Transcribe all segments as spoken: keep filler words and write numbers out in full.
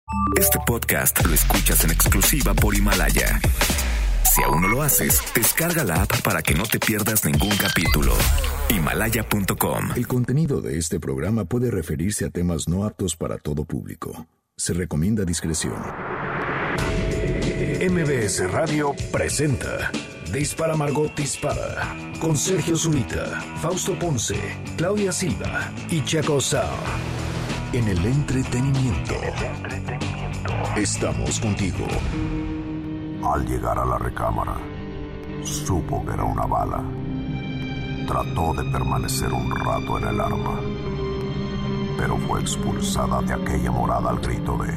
Este podcast lo escuchas en exclusiva por Himalaya. Si aún no lo haces, descarga la app para que no te pierdas ningún capítulo. Himalaya punto com. El contenido de este programa puede referirse a temas no aptos para todo público. Se recomienda discreción. M B S Radio presenta Dispara Margot Dispara con Sergio Zurita, Fausto Ponce, Claudia Silva y Chaco Sao. En el entretenimiento. Estamos contigo. Al llegar a la recámara, supo que era una bala. Trató de permanecer un rato en el arma, pero fue expulsada de aquella morada al grito de: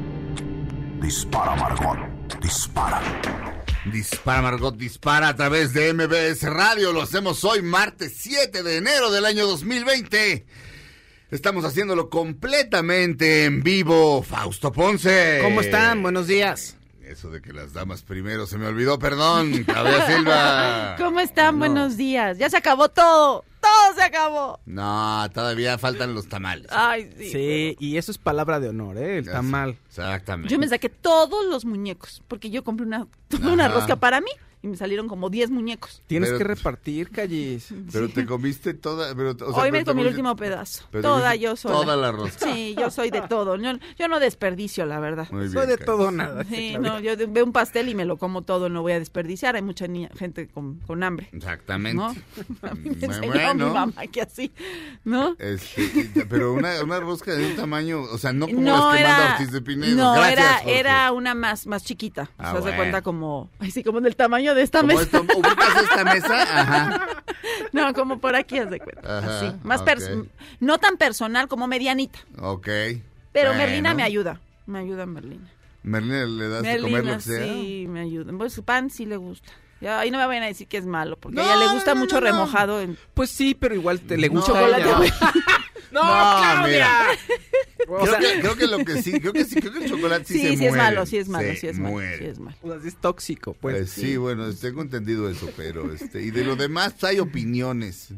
¡Dispara, Margot! ¡Dispara! Dispara, Margot, dispara a través de M B S Radio. Lo hacemos hoy, martes siete de enero del año dos mil veinte. Estamos haciéndolo completamente en vivo. Fausto Ponce. ¿Cómo están? Buenos días. Eso de que las damas primero se me olvidó, perdón. Claudia Silva. ¿Cómo están? No. Buenos días. Ya se acabó todo. Todo se acabó. No, todavía faltan los tamales. Ay, sí. Sí, y eso es palabra de honor, ¿eh? El tamal. Exactamente. Yo me saqué todos los muñecos, porque yo compré una, una rosca para mí y me salieron como diez muñecos. Tienes Pero- que repartir, Callis. Pero te comiste toda... Pero, o sea, Hoy pero me te comí el comiste- último pedazo. pero te Toda comiste yo sola. Toda la rosca. Sí, yo soy de todo. Yo, yo no desperdicio, la verdad. Muy bien, Soy de Callis. todo o nada. Sí, Claudia. no, yo de- veo un pastel y me lo como todo, no voy a desperdiciar. Hay mucha niña, gente con, con hambre. Exactamente. ¿No? A mí me enseñó Bueno. mi mamá que así, ¿no? Este, pero una, una rosca de un tamaño, o sea, no como No, las que era, manda Ortiz de Pinedo. no, Gracias, era, Jorge. era una más, más chiquita. Ah, o sea, se bueno. cuenta como, ay, sí, como del tamaño de esta ¿Cómo mesa. esto? ¿Ubicas esta mesa? Ajá. No, como por aquí, haz de cuenta. Ajá, Así, más ok. pers- no tan personal, como medianita. Ok. Pero Bueno. Merlina me ayuda. Me ayuda Merlina. Merlina, ¿le das de comer lo Merlina que sea? sí me ayuda. Pues su pan sí le gusta. Ya, ahí no me vayan a decir que es malo, porque No, a ella le gusta no, no, mucho no, no. remojado en Pues sí, pero igual te le No, gusta chocolate. a ella. ¡No, No, Claudia! O Creo, sea, que, creo que lo que sí, creo que sí, creo que el chocolate sí, Sí, se sí muere. es malo, sí es malo, Se sí es malo, muere. sí es malo. o sea, sí es tóxico, pues. Pues sí, bueno, tengo entendido eso, pero este, y de lo demás hay opiniones.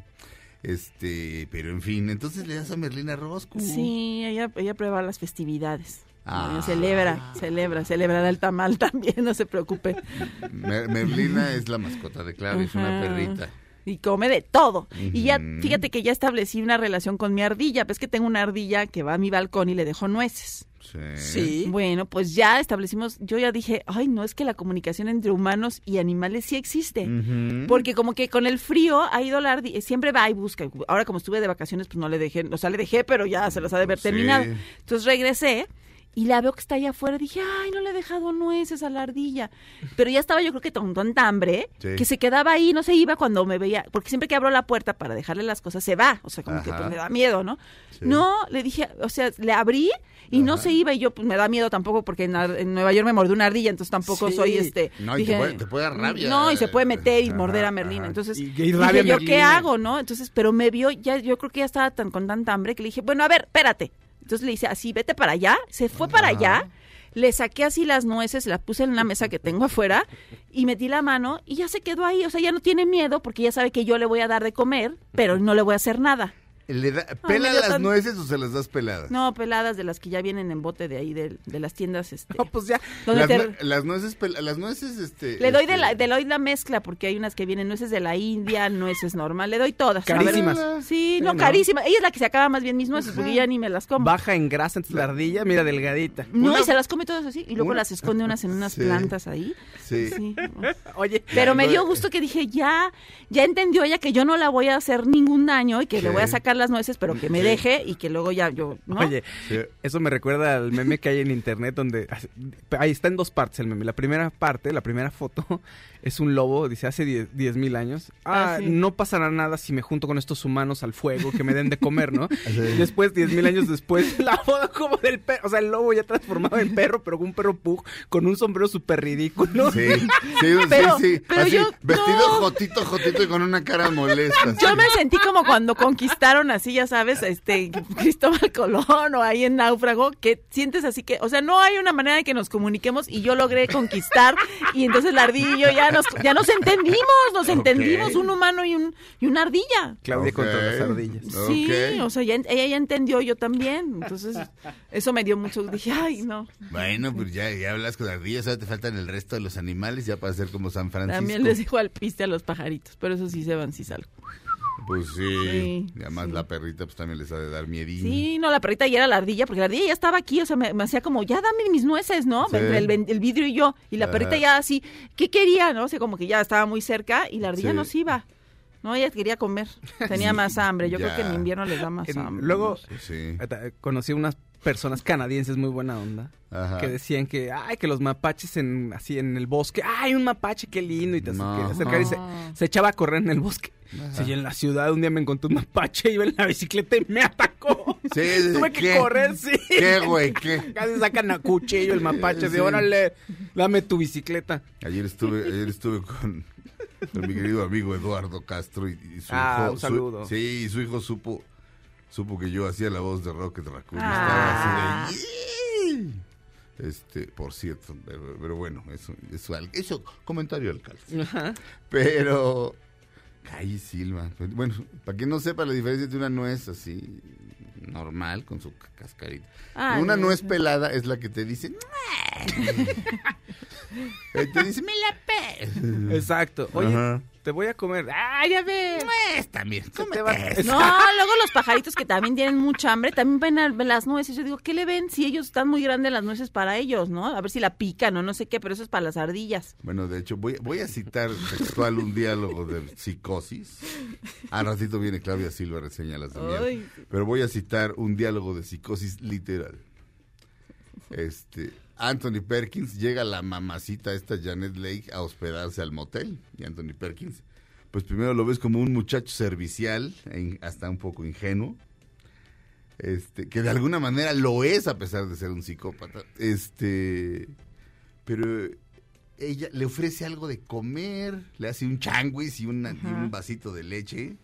Este, pero en fin, entonces le das a Merlina Rosco. Sí, ella, ella prueba las festividades. Ah. Ella celebra, celebra, celebrará el tamal también, no se preocupe. Mer- Merlina es la mascota de Claudia, es una Ajá. perrita. Y come de todo. Y ya, Ujú. fíjate que ya establecí una relación con mi ardilla. Pues que tengo una ardilla que va a mi balcón y le dejo nueces. Sí. Sí. Bueno, pues ya establecimos, yo ya dije, ay, no, es que la comunicación entre humanos y animales sí existe. Ujú. Porque como que con el frío ha ido la ardilla, siempre va y busca. Ahora como estuve de vacaciones, pues no le dejé, o sea, le dejé, pero ya se las ha de haber Sí. terminado. Entonces regresé y la veo que está allá afuera. Dije, ay, no le he dejado nueces a la ardilla. Pero ya estaba yo creo que con tanta hambre, Sí. que se quedaba ahí, no se iba cuando me veía. Porque siempre que abro la puerta para dejarle las cosas, se va. O sea, como que Ajá. pues, me da miedo, ¿no? Sí. No, le dije, o sea, le abrí y no Ajá. se iba. Y yo, pues me da miedo tampoco porque en, Ar- en Nueva York me mordió una ardilla, entonces tampoco Sí. soy este. No, y te puede- te puede dar rabia. No, y se puede meter y Ajá, morder a Merlina. ajá. Entonces, Y- y dije, rabia ¿yo qué Merlina. hago, no? Entonces, pero me vio, ya yo creo que ya estaba tan con tanta hambre que le dije, bueno, a ver, espérate. Entonces le hice así, vete para allá. Se fue para allá. Le saqué así las nueces, las puse en una mesa que tengo afuera y metí la mano y ya se quedó ahí. O sea, ya no tiene miedo porque ya sabe que yo le voy a dar de comer, pero no le voy a hacer nada. ¿Le da- Ay, ¿Pela me dio las tan- nueces o se las das peladas? No, peladas de las que ya vienen en bote de ahí, de, de las tiendas. Este, No, pues ya. donde Las, te- nue- las nueces, pel- las nueces, este... le doy este, de la, de doy la mezcla porque hay unas que vienen nueces de la India, nueces normal, le doy todas. A ver, Carísimas. Sí, Sí, no, ¿no? carísimas. Ella es la que se acaba más bien mis nueces porque ya ni me las como. Baja en grasa antes la ardilla, mira, delgadita. No, Una- y se las come todas así y luego una- las esconde unas en unas Sí. plantas ahí. Sí. Sí. Oye, Pero me no, dio eh. gusto que dije, ya, ya entendió ella que yo no la voy a hacer ningún daño y que Sí. le voy a sacar las nueces, pero que me Sí. deje y que luego ya yo, ¿no? oye, Sí. eso me recuerda al meme que hay en internet donde ahí está en dos partes el meme. La primera parte, la primera foto es un lobo, dice hace diez mil años. Ah, Ah, sí. no pasará nada si me junto con estos humanos al fuego que me den de comer, ¿no? Sí. Y después, diez mil años después, la foto como del perro, o sea, el lobo ya transformado en perro, pero con un perro pug, con un sombrero súper ridículo. Sí, sí, Pero- sí, sí. pero Así, yo- vestido no. jotito, jotito y con una cara molesta. Yo sí. me sentí como cuando conquistaron llegaron así, ya sabes, este Cristóbal Colón o ahí en Náufrago, que sientes así que, o sea, no hay una manera de que nos comuniquemos y yo logré conquistar y entonces la ardilla y yo ya nos, ya nos entendimos, nos Okay. entendimos, un humano y, un, y una ardilla. Claudia Ok. contra las ardillas. Sí, Ok. o sea, ya, ella ya entendió, yo también. Entonces, eso me dio mucho. Dije, ay, no. Bueno, pues ya, ya hablas con ardillas, ahora te faltan el resto de los animales ya para ser como San Francisco. También les dijo al piste a los pajaritos, pero eso sí se van si salgo. Pues sí, Sí, y además sí. la perrita pues también les ha de dar miedín. Sí, no, la perrita ya era la ardilla, porque la ardilla ya estaba aquí, o sea, me, me hacía como, ya dame mis nueces, ¿no? Sí. Entre el, el vidrio y yo. Y la Ajá. perrita ya así, ¿qué quería, no? O sea, como que ya estaba muy cerca y la ardilla Sí. no se iba. No, ella quería comer. Tenía Sí, más hambre. Yo ya. creo que en invierno les da más En- hambre. luego, no sé. Sí. eh, conocí unas personas canadienses muy buena onda. Ajá. Que decían que, ay, que los mapaches en así en el bosque, ay, un mapache, qué lindo, y te No. acerca- acercar y se, se echaba a correr en el bosque. Sí, y en la ciudad un día me encontré un mapache, iba en la bicicleta y me atacó. Sí, Tuve ¿qué? que correr, sí. ¿Qué, güey? ¿Qué? Casi sacan a cuchillo el mapache, Sí. de órale, dame tu bicicleta. Ayer estuve, ayer estuve con, con mi querido amigo Eduardo Castro y, y su Ah, hijo. un su- saludo. sí, y su hijo supo, supo que yo hacía la voz de Rocket Raccoon. Ah. Estaba así de... Este, por cierto, pero, pero bueno, eso, eso, al- eso, comentario al calce. Ajá. Pero, ay, Silva, bueno, para quien no sepa la diferencia de una nuez así, normal, con su cascarita. Ah, una no. nuez pelada es la que te dice, Eh, te dice, me la pe. Exacto. Oye, Ajá. te voy a comer. ¡Ah, ya ves! Nuez también, Se te cómete va- esa. No, luego los pajaritos que también tienen mucha hambre, también ven a ven las nueces. Yo digo, ¿qué le ven? Si ellos están muy grandes las nueces para ellos, ¿no? A ver si la pican o no sé qué, pero eso es para las ardillas. Bueno, de hecho, voy, voy a citar textual un diálogo de Psicosis. Al ratito viene Claudia Silva, reseña las de mierda. Ay. Pero voy a citar un diálogo de Psicosis literal. Este, Anthony Perkins, llega la mamacita esta Janet Leigh a hospedarse al motel. Y Anthony Perkins, pues primero lo ves como un muchacho servicial, e in- hasta un poco ingenuo. Este, que de alguna manera lo es a pesar de ser un psicópata. Este, pero ella le ofrece algo de comer, le hace un changuis y, una- y un vasito de leche.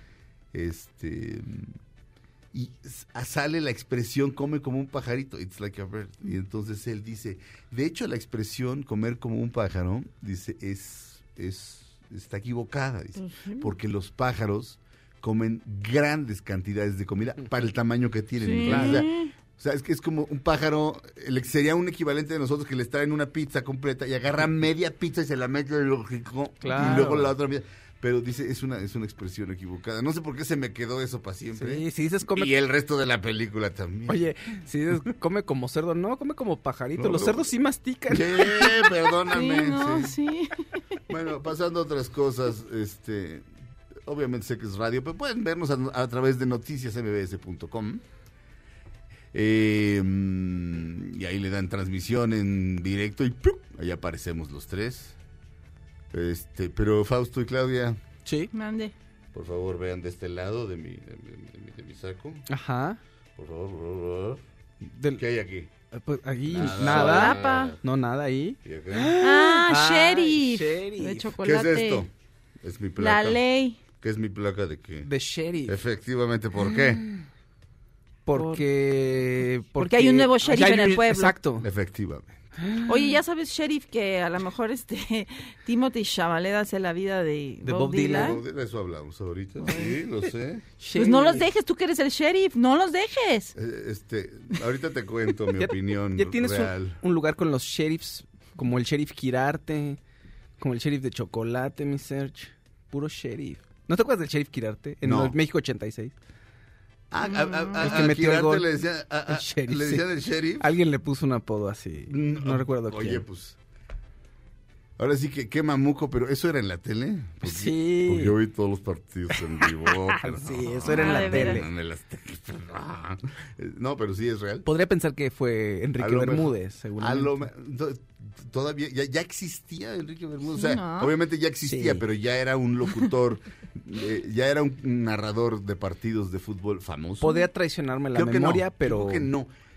Este, y s- sale la expresión come como un pajarito, it's like a bird. Y entonces él dice, de hecho la expresión comer como un pájaro, dice, es, es, está equivocada, dice, porque los pájaros comen grandes cantidades de comida para el tamaño que tienen. Sí. Entonces, o sea, o sea, es que es como un pájaro, el- sería un equivalente de nosotros que les traen una pizza completa y agarra media pizza y se la mete en el hocico Claro. y luego la otra media. Pero dice, es una, es una expresión equivocada. No sé por qué se me quedó eso para siempre. Sí, si dices come... Y el resto de la película también. Oye, si dices come como cerdo, no, come como pajarito. No, Los no. cerdos sí mastican. Sí, perdóname. Sí, no, sí. sí. Bueno, pasando a otras cosas, este, obviamente sé que es radio, pero pueden vernos a, a través de noticias m b s punto com. Eh, mm, y ahí le dan transmisión en directo y ¡pum! Ahí aparecemos los tres. Este, pero Fausto y Claudia, Sí. Mande. por favor vean de este lado de mi, de mi, de mi- de mi saco. Ajá. Por favor, por favor, por favor. Del- ¿Qué hay aquí? pues, aquí Nada. nada. Solapa. No, nada ahí. ¿Y acá? Ah, Ay, sheriff. sheriff. De ¿Qué chocolate. es esto? Es mi La placa. ley. ¿Qué es mi placa de qué? De sheriff. Efectivamente, ¿por qué? Porque, Porque hay un nuevo sheriff hay en el un- pueblo. Exacto. Efectivamente. Oye, ya sabes, sheriff, que a lo mejor este Timothy Chalamet hace la vida de, De Bob, Bob Dylan. Dylan. No, de eso hablamos ahorita. Sí, lo sé. Pues no los dejes, tú que eres el sheriff, no los dejes. Eh, Este, ahorita te cuento mi Ya- opinión Ya tienes un, real. un lugar con los sheriffs, como el sheriff Kirarte, como el sheriff de chocolate, mi Serge. Puro sheriff. ¿No te acuerdas del sheriff Kirarte? En No. México ochenta y seis. Ah, a, a, a, El que a metió el Quirarte gol. le decían, a- a- El sheriff, le sí. decían el sheriff. Alguien le puso un apodo así. No, recuerdo Oye, quién. pues. Ahora sí que qué mamuco, pero ¿eso era en la tele? Porque, Sí. Porque yo vi todos los partidos en vivo. pero Sí, no, eso era en Ah, la de tele. veras. En el Azteca. No, pero sí es real. Podría pensar que fue A Enrique lo mejor- Bermúdez, A seguramente. lo me- to- todavía ya, ya existía Enrique Bermúdez, o sea, No. obviamente ya existía, Sí. pero ya era un locutor, eh, ya era un narrador de partidos de fútbol famoso. Podría traicionarme la Creo que memoria, no, pero... creo que no.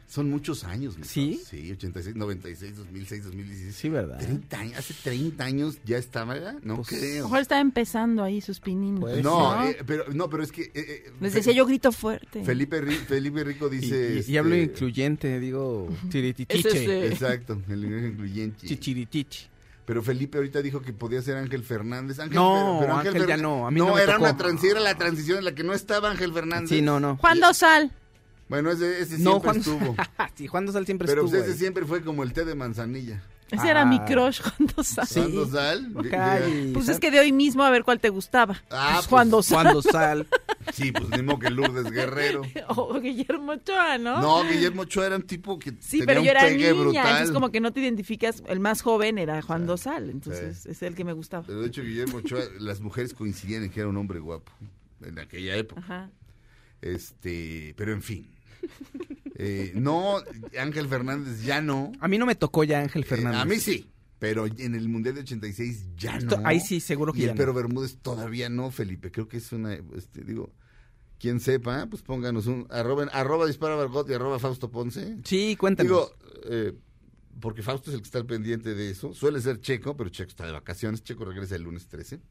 Son muchos años, mi ¿Sí? Fausto. Sí, ochenta y seis, noventa y seis, dos mil seis, dos mil dieciséis. Sí, ¿verdad? treinta años, hace treinta años ya estaba, ¿verdad? No Pues, creo. Mejor estaba empezando ahí sus pininos. Pues, no, ¿no? eh, pero, no, pero es que... eh, eh, Les Fe- decía yo grito fuerte. Felipe, Ri- Felipe Rico Y, dice... y- y este, hablo incluyente, digo, Ese tirititiche, es, eh, Exacto, el lenguaje incluyente. chichiritiche. Pero Felipe ahorita dijo que podía ser Ángel Fernández. Ángel, No, pero, pero Ángel ya Fernan- no, a mí no me era tocó. una transición, era la transición en la que no estaba Ángel Fernández. Sí, no, no. Juan Dosal. Bueno, ese, ese No, siempre Juan, estuvo. sí, Juan Dosal siempre Pero estuvo pues ese ahí. siempre fue como el té de manzanilla. Ese Ah. era mi crush, Juan Dosal. Sí. Juan Dosal. Ajá, de- y- Pues es que de hoy mismo a ver cuál te gustaba. Ah, Pues Juan pues, Dosal. Juan Dosal. Sí, pues ni modo que Lourdes Guerrero. O Guillermo Ochoa, ¿no? No, Guillermo Ochoa era un tipo que Sí, tenía pero un yo era pegue niña, brutal. entonces como que no te identificas. El más joven era Juan Dosal, entonces Sí. es el que me gustaba. Pero de hecho Guillermo Ochoa, las mujeres coincidían en que era un hombre guapo en aquella época. Ajá. Este, pero en fin. Eh, no, Ángel Fernández ya no. A mí no me tocó ya Ángel Eh, Fernández. a mí sí, pero en el Mundial de ochenta y seis ya Esto- no. ahí sí, seguro que Y ya el no. Pero Bermúdez todavía no, Felipe. Creo que es una, este, digo, quien sepa, pues pónganos un, arroba, arroba dispara Margot y arroba Fausto Ponce. Sí, cuéntanos. Digo, eh, porque Fausto es el que está al pendiente de eso. Suele ser Checo, pero Checo está de vacaciones. Checo regresa el lunes trece.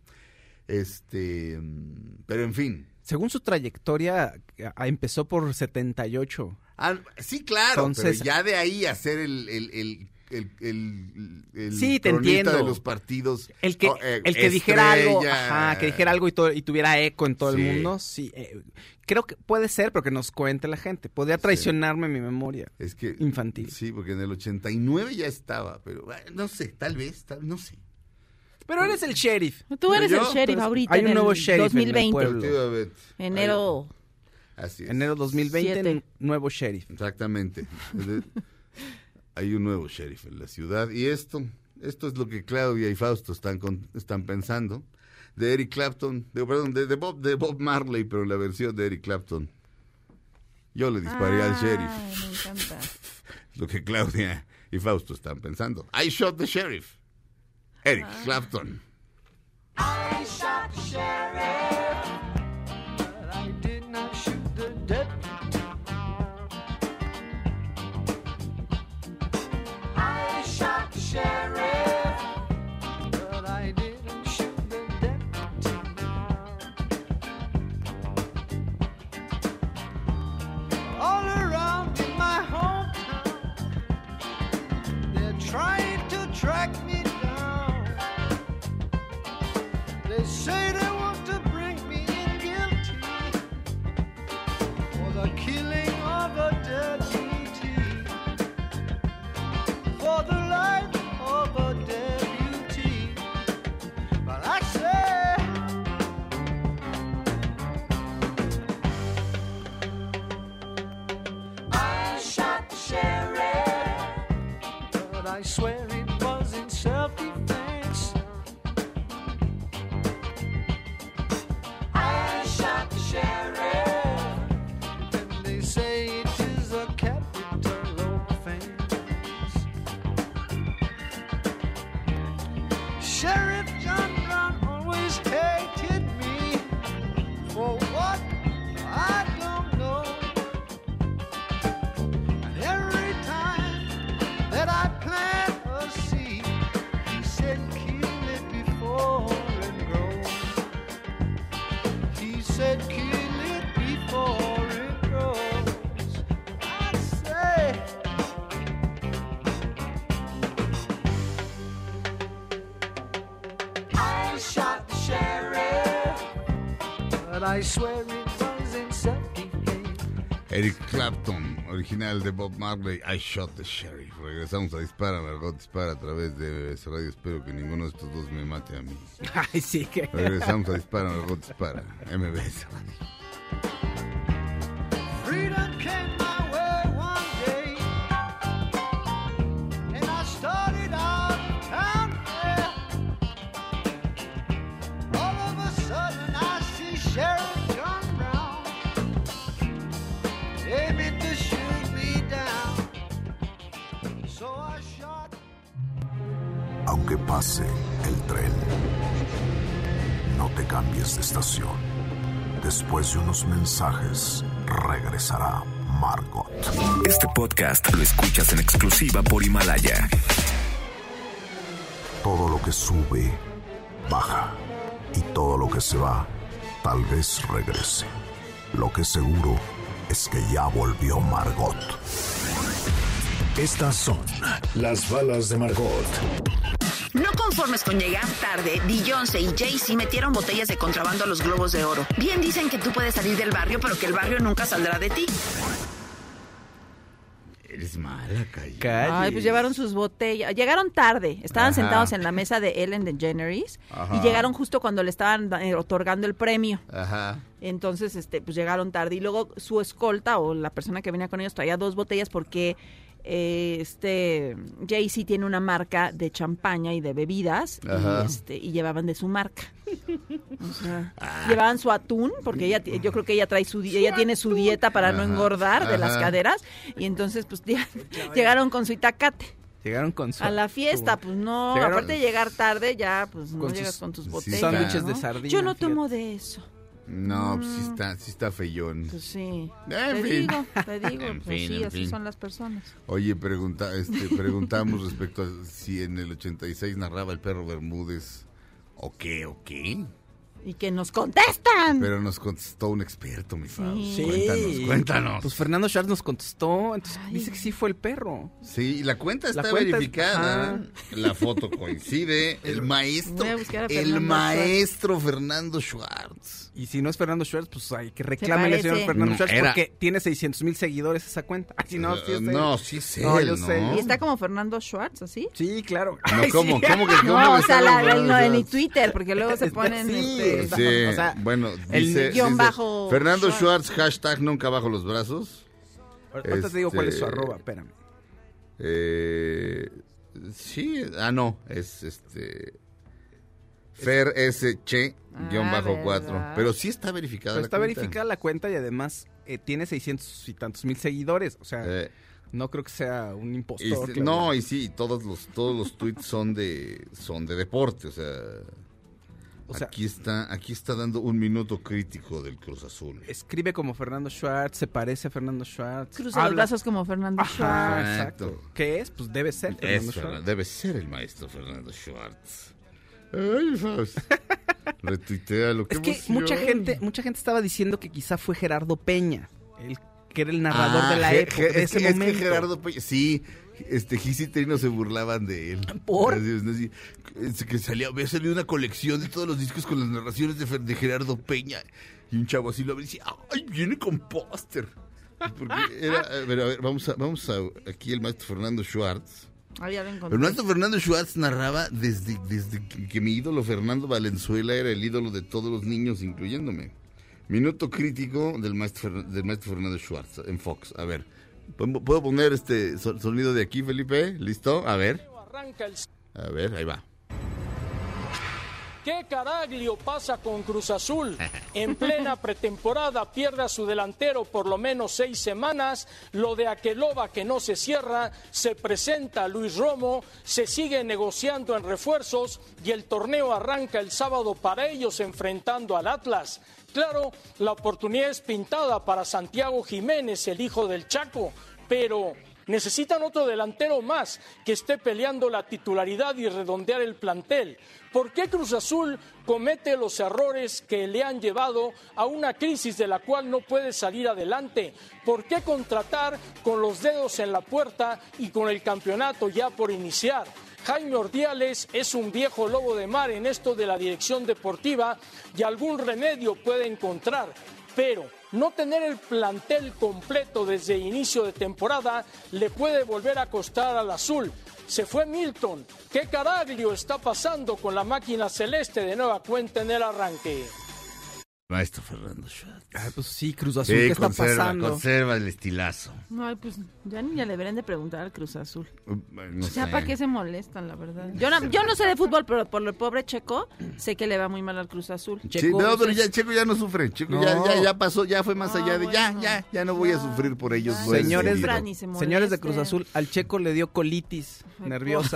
Este, mm, pero en fin. Según su trayectoria, a- empezó por setenta y ocho. Ah, sí, claro, Entonces- pero ya de ahí hacer el, el, el, el, el, el Sí, te cronista entiendo. de los partidos. El que, oh, eh, el que dijera algo, estrella. ajá, que dijera algo y, todo, y tuviera eco en todo Sí. el mundo, sí. eh, creo que puede ser, pero que nos cuente la gente. Podría traicionarme mi memoria. Es que Infantil. Sí, porque en el ochenta y nueve ya estaba, pero eh, no sé, tal vez, tal, no sé. Pero eres el sheriff. Tú eres yo, el sheriff pues, ahorita hay un en nuevo el sheriff en el dos mil veinte. pueblo. Efectivamente. Enero. Así es. Enero dos mil veinte, Siete. nuevo sheriff. Exactamente. Es de- Hay un nuevo sheriff en la ciudad y esto, esto es lo que Claudia y Fausto están con- están pensando de Eric Clapton, de, perdón, de, de Bob de Bob Marley, pero la versión de Eric Clapton. Yo le disparé al sheriff. Ay, me encanta. Lo que Claudia y Fausto están pensando. I shot the sheriff. Eric Clapton. I shot the sheriff, but I did not shoot the deputy. I shot the sheriff, but I didn't shoot the deputy. All around in my hometown, they're trying to track me down. They say they want to bring me in guilty for the killing of a deputy, for the life of a deputy. But I say, I shot the sheriff, but I swear it was in self-defense. I shot the sheriff, and they say it is a capital offense. Sheriff John Brown always hated me for what I don't know. And every time that I plant a seed, he said kill it before it grows. He said kill it before it grows. I say, I shot the sheriff, but I swear it was in self-defense. Eric Clapton, original de Bob Marley, I shot the sheriff. Regresamos a Dispara, Margot Dispara a través de M B S Radio. Espero que ninguno de estos dos me mate a mí. Ay, sí, que... Regresamos a Dispara, Margot Dispara, M B S Radio. Freedom came my way one day, and I started out town fair. All of a sudden I see Sheriff John Brown aiming to shoot me down. So I shot. Aunque pase el tren, no te cambies de estación. Después de unos mensajes, regresará Margot. Este podcast lo escuchas en exclusiva por Himalaya. Todo lo que sube, baja. Y todo lo que se va, tal vez regrese. Lo que seguro es que ya volvió Margot. Estas son las balas de Margot. No conformes con llegar tarde, Beyoncé y Jay-Z metieron botellas de contrabando a los Globos de Oro. Bien dicen que tú puedes salir del barrio, pero que el barrio nunca saldrá de ti. Eres mala, Calle. Calle. Ay, pues llevaron sus botellas. Llegaron tarde. Estaban Ajá. sentados en la mesa de Ellen DeGeneres Ajá. y llegaron justo cuando le estaban eh, otorgando el premio. Ajá. Entonces, este, pues llegaron tarde. Y luego su escolta o la persona que venía con ellos traía dos botellas porque eh, este Jay-Z tiene una marca de champaña y de bebidas Ajá. y, este, y llevaban de su marca. O sea, llevaban su atún porque ella, ti- yo creo que ella trae su, di- ella tiene su dieta para no Ajá. engordar de las Ajá. caderas y entonces pues ya- llegaron con su itacate. Llegaron con su... A la fiesta, pues no, Llegaron- aparte de llegar tarde, ya pues no Con llegas sus- con tus sí, botellas. sándwiches ¿no? de sardina, Yo no fíjate. tomo de eso. No, pues sí está, sí está feyón. Pues sí. En te fin. digo, te digo, En pues fin, sí, en así fin. son las personas. Oye, pregunta, este, preguntamos respecto a si en el ochenta y seis narraba el perro Bermúdez. ¿O qué, o qué? Y que nos contestan. Pero nos contestó un experto, mi Fau. Sí. Cuéntanos, cuéntanos. Pues Fernando Schwartz nos contestó, entonces Ay. dice que sí fue el perro. Sí, la cuenta La está cuenta es- verificada. ajá. La foto coincide. El maestro, Voy a buscar a el Fernando maestro Fernando Schwartz. Y si no es Fernando Schwartz, pues hay que reclamarle al parece. señor Fernando No, Schwartz era- porque tiene seiscientos mil seguidores esa cuenta. Ay, si no, sí es él. no, sí es él, No, yo ¿no? sé. Y está como Fernando Schwartz, ¿así? Sí, claro. No, Ay, ¿cómo, sí. cómo que cómo No, que o sea, está la, Fernando el- no, en Schwartz? Twitter, porque luego se Está- ponen... sí, este, Sí, o sea, bueno, el dice, guión dice, bajo Fernando Schwartz. Schwartz, hashtag nunca bajo los brazos. Ahorita te digo cuál es su Este- arroba, espérame. Eh, sí, ah, no, es este Fer S. Che, guión Ah, bajo cuatro. ¿verdad? Pero sí está verificada Pero la está cuenta. verificada la cuenta y además eh, tiene seiscientos y tantos mil seguidores. O sea, Eh, no creo que sea un y impostor. sí- claro. no, y sí, todos los todos los tweets son de son de deporte, o sea, O sea, aquí está aquí está dando un minuto crítico del Cruz Azul. escribe como Fernando Schwartz, se parece a Fernando Schwartz. Cruza los habla- brazos como Fernando Ajá, Schwartz. exacto. Exacto. ¿Qué es? Pues debe ser Fernando Es Fernan- Schwartz. debe ser el maestro Fernando Schwartz. Ay, Faust. Retuitealo, qué Es que emoción. mucha gente, mucha gente estaba diciendo que quizá fue Gerardo Peña, el que era el narrador Ah, de la Ge- época, Ge- de es, ese que, es que momento. Gerardo Peña, sí, este Gis y Trino se burlaban de él. ¿Por? Así es, así, es que salía, había salido una colección de todos los discos con las narraciones de, Fer- de Gerardo Peña. Y un chavo así lo ve y decía, ¡ay, viene con póster! Porque era, a ver, a ver, vamos a, vamos a, aquí el maestro Fernando Schwartz. Ah, ya lo encontré. El maestro Fernando Schwartz narraba desde, desde que que mi ídolo Fernando Valenzuela era el ídolo de todos los niños, incluyéndome. Minuto crítico del maestro, Fer- del maestro Fernando Schwartz en Fox. A ver, ¿puedo puedo poner este so- sonido de aquí, Felipe? ¿Listo? A ver. Arranca el... A ver, ahí va. ¿Qué caraglio pasa con Cruz Azul? En plena pretemporada pierde a su delantero por lo menos seis semanas. Lo de Aqueloba que no se cierra. Se presenta Luis Romo. Se sigue negociando en refuerzos. Y el torneo arranca el sábado para ellos enfrentando al Atlas. Claro, la oportunidad es pintada para Santiago Jiménez, el hijo del Chaco. Pero... necesitan otro delantero más que esté peleando la titularidad y redondear el plantel. ¿Por qué Cruz Azul comete los errores que le han llevado a una crisis de la cual no puede salir adelante? ¿Por qué contratar con los dedos en la puerta y con el campeonato ya por iniciar? Jaime Ordiales es un viejo lobo de mar en esto de la dirección deportiva y algún remedio puede encontrar, pero no tener el plantel completo desde inicio de temporada le puede volver a costar al azul. Se fue Milton. ¿Qué caraglio está pasando con la máquina celeste de nueva cuenta en el arranque? Maestro Fernando Schwartz. Ay, pues sí, Cruz Azul, Sí, ¿qué está conserva, pasando? conserva el estilazo. Ay, pues ya ni le deberían de preguntar al Cruz Azul. Uh, No Ya sé. para qué se molestan, la verdad. Yo no, yo no sé de fútbol, pero por el pobre Checo, sé que le va muy mal al Cruz Azul. Sí, Checo, no, pero es- ya Checo ya no sufre. Checo No. ya, ya, ya pasó, ya fue más Ah, allá de ya, bueno. ya, ya no voy a sufrir por ellos. Ay, no es Señores, debido. Fran, ni se señores de molesten. Cruz Azul, al Checo le dio colitis Ay, nerviosa.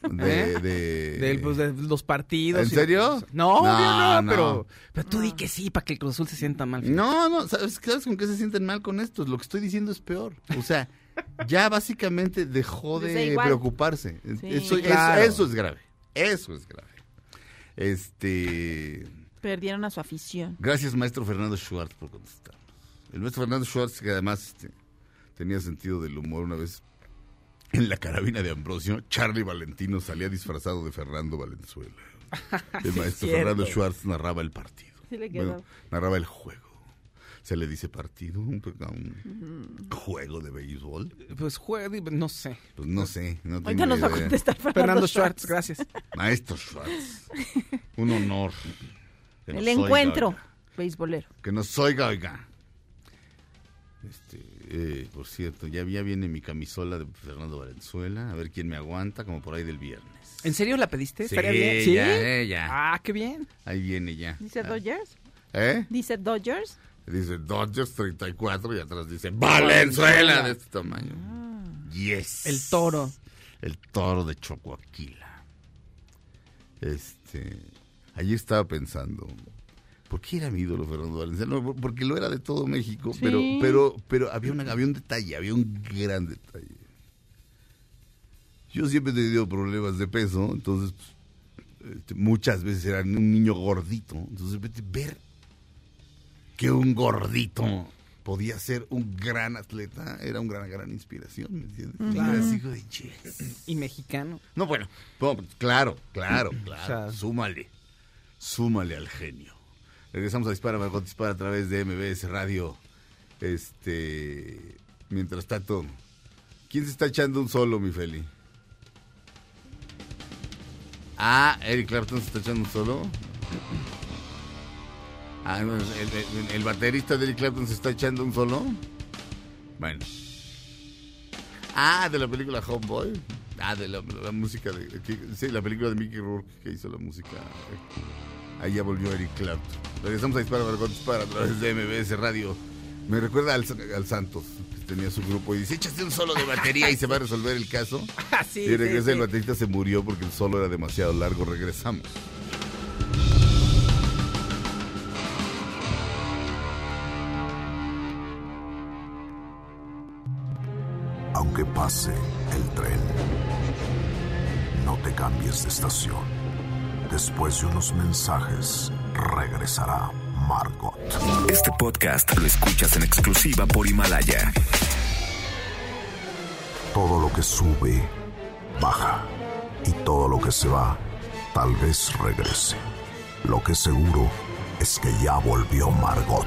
De, de... De, pues, de los partidos. ¿En y- serio? No, No, obvio no, no. pero, pero tú di que sí, para que el Cruz Azul se sienta mal. No, no, ¿sabes, ¿sabes con qué se sienten mal con esto? Lo que estoy diciendo es peor. O sea, ya básicamente dejó Les da de igual. preocuparse. Sí. Eso, Sí, claro. eso, eso es grave. Eso es grave. Este... Perdieron a su afición. Gracias, maestro Fernando Schwartz, por contestarnos. El maestro Fernando Schwartz, que además este, tenía sentido del humor una vez en la carabina de Ambrosio, Charlie Valentino salía disfrazado de Fernando Valenzuela. El maestro cierto. Fernando Schwartz narraba el partido. Sí le quedó. Bueno, narraba el juego. Se le dice partido, un, un juego de béisbol. Pues juega, no sé. Pues no sé, no Ahorita tengo nos va a idea. contestar Fernando, Fernando Schwartz. Schwartz, gracias. Maestro Schwartz, un honor. Que nos El oiga, encuentro oiga. beisbolero. Que nos oiga, oiga. Este, eh, por cierto, ya, ya viene mi camisola de Fernando Valenzuela. A ver quién me aguanta, como por ahí del viernes. ¿En serio la pediste? Sí, ¿Estaría bien? ya, eh, ya. Ah, qué bien. Ahí viene ya. ¿Dice Ah, Dodgers? ¿Eh? ¿Dice Dodgers? Dice Dodgers treinta y cuatro y atrás dice Valenzuela de este tamaño. Yes. El toro. El toro de Chocoaquila. Este, ayer estaba pensando, ¿por qué era mi ídolo Fernando Valenzuela? No, porque lo era de todo México, Sí. pero pero pero había una, había un detalle, había un gran detalle. Yo siempre he tenido problemas de peso, entonces pues, este, muchas veces era un niño gordito, entonces de repente ver que un gordito podía ser un gran atleta era una gran, gran inspiración, ¿me entiendes? Y era así como de, yes. Y mexicano. No, bueno, no, claro, claro, claro, O sea, súmale, súmale al genio. Regresamos a Dispara, Margot Dispara a través de M B S Radio. Este, mientras tanto, ¿quién se está echando un solo, mi Feli? Ah, Eric Clapton se está echando un solo. Ah, no, el, el- el baterista de Eric Clapton se está echando un solo. Bueno. Ah, de la película Homeboy. Ah, de la, la música de... que- sí, la película de Mickey Rourke que hizo la música. Ahí ya volvió Eric Clapton. Regresamos a Dispara, Margot Dispara a través de M B S Radio. Me recuerda al, al Santos, que tenía su grupo y dice, échate un solo de batería y se va a resolver el caso. Ah, sí, Y regresa, sí, el sí. baterista se murió porque el solo era demasiado largo. Regresamos. Aunque pase el tren, no te cambies de estación. Después de unos mensajes, regresará Margot. Este podcast lo escuchas en exclusiva por Himalaya. Todo lo que sube, baja. Y todo lo que se va, tal vez regrese. Lo que seguro es que ya volvió Margot.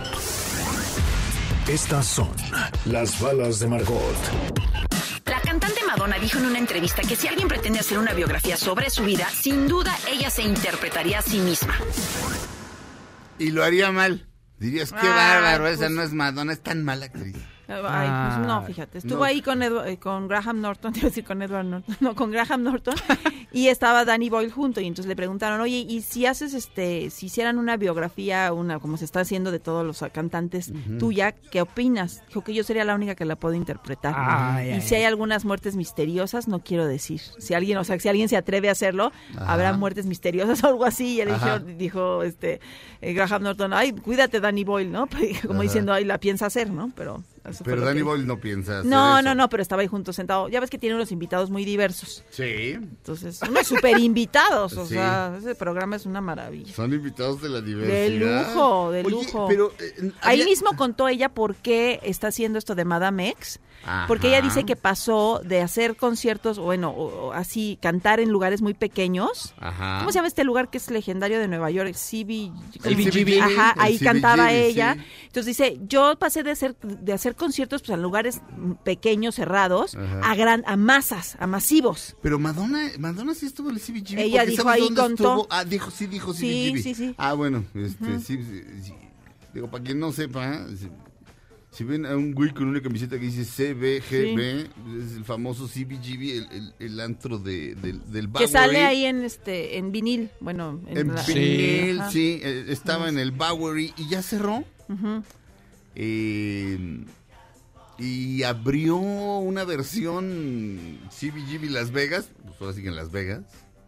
Estas son las balas de Margot. La cantante Madonna dijo en una entrevista que si alguien pretende hacer una biografía sobre su vida, sin duda ella se interpretaría a sí misma. Y lo haría mal. Dirías, qué Ay, bárbaro, esa pues- no es Madonna, es tan mala actriz. Ay, pues no, fíjate. Estuvo No. ahí con, Edwa- eh, con Graham Norton, te iba a decir con Edward Norton, no, con Graham Norton, y estaba Danny Boyle junto, y entonces le preguntaron, oye, ¿y si haces, este, si hicieran una biografía, una como se está haciendo de todos los cantantes tuya, qué opinas? Dijo que yo sería la única que la puedo interpretar. Ay, y ay, si hay ay. algunas muertes misteriosas, no quiero decir. Si alguien, o sea, si alguien se atreve a hacerlo, Ajá. habrá muertes misteriosas o algo así. Y él Ajá. dijo, dijo, este, eh, Graham Norton, ay, cuídate Danny Boyle, ¿no? Como Ajá. diciendo, ay, la piensa hacer, ¿no? Pero... eso fue Pero lo Danny que- Boyle no piensa hacer No, eso. no, no, pero estaba ahí junto sentado. Ya ves que tiene unos invitados muy diversos. Sí, Entonces, unos super invitados. O Sí. sea, ese programa es una maravilla. son invitados de la diversidad. De lujo, de Oye, lujo. pero... eh, Ahí había- mismo contó ella por qué está haciendo esto de Madame X. Ajá. Porque ella dice que pasó de hacer conciertos, bueno, o, o así, cantar en lugares muy pequeños. Ajá. ¿Cómo se llama este lugar que es legendario de Nueva York? C B El C B G B. Ajá, El ahí C B G B, cantaba sí. ella. Entonces dice, yo pasé de hacer de hacer conciertos pues en lugares pequeños, cerrados, Ajá. a gran a masas, a masivos. Pero Madonna, Madonna sí estuvo en el C B G B. Ella porque dijo ¿sabes ahí, dónde contó. estuvo? Ah, dijo, sí, dijo Sí, C B G B. sí, sí. Ah, bueno, este, sí, sí, sí. Digo, para quien no sepa, si, si ven a un güey con una camiseta que dice C B G B, es el famoso C B G B, el, el, el antro de, del, del Que Bowery. sale ahí en este en vinil, bueno, en, En la- vinil, Ajá. sí, eh, estaba en el Bowery y ya cerró. Ujú. Eh, y abrió una versión C B G B Las Vegas, pues ahora sí que en Las Vegas.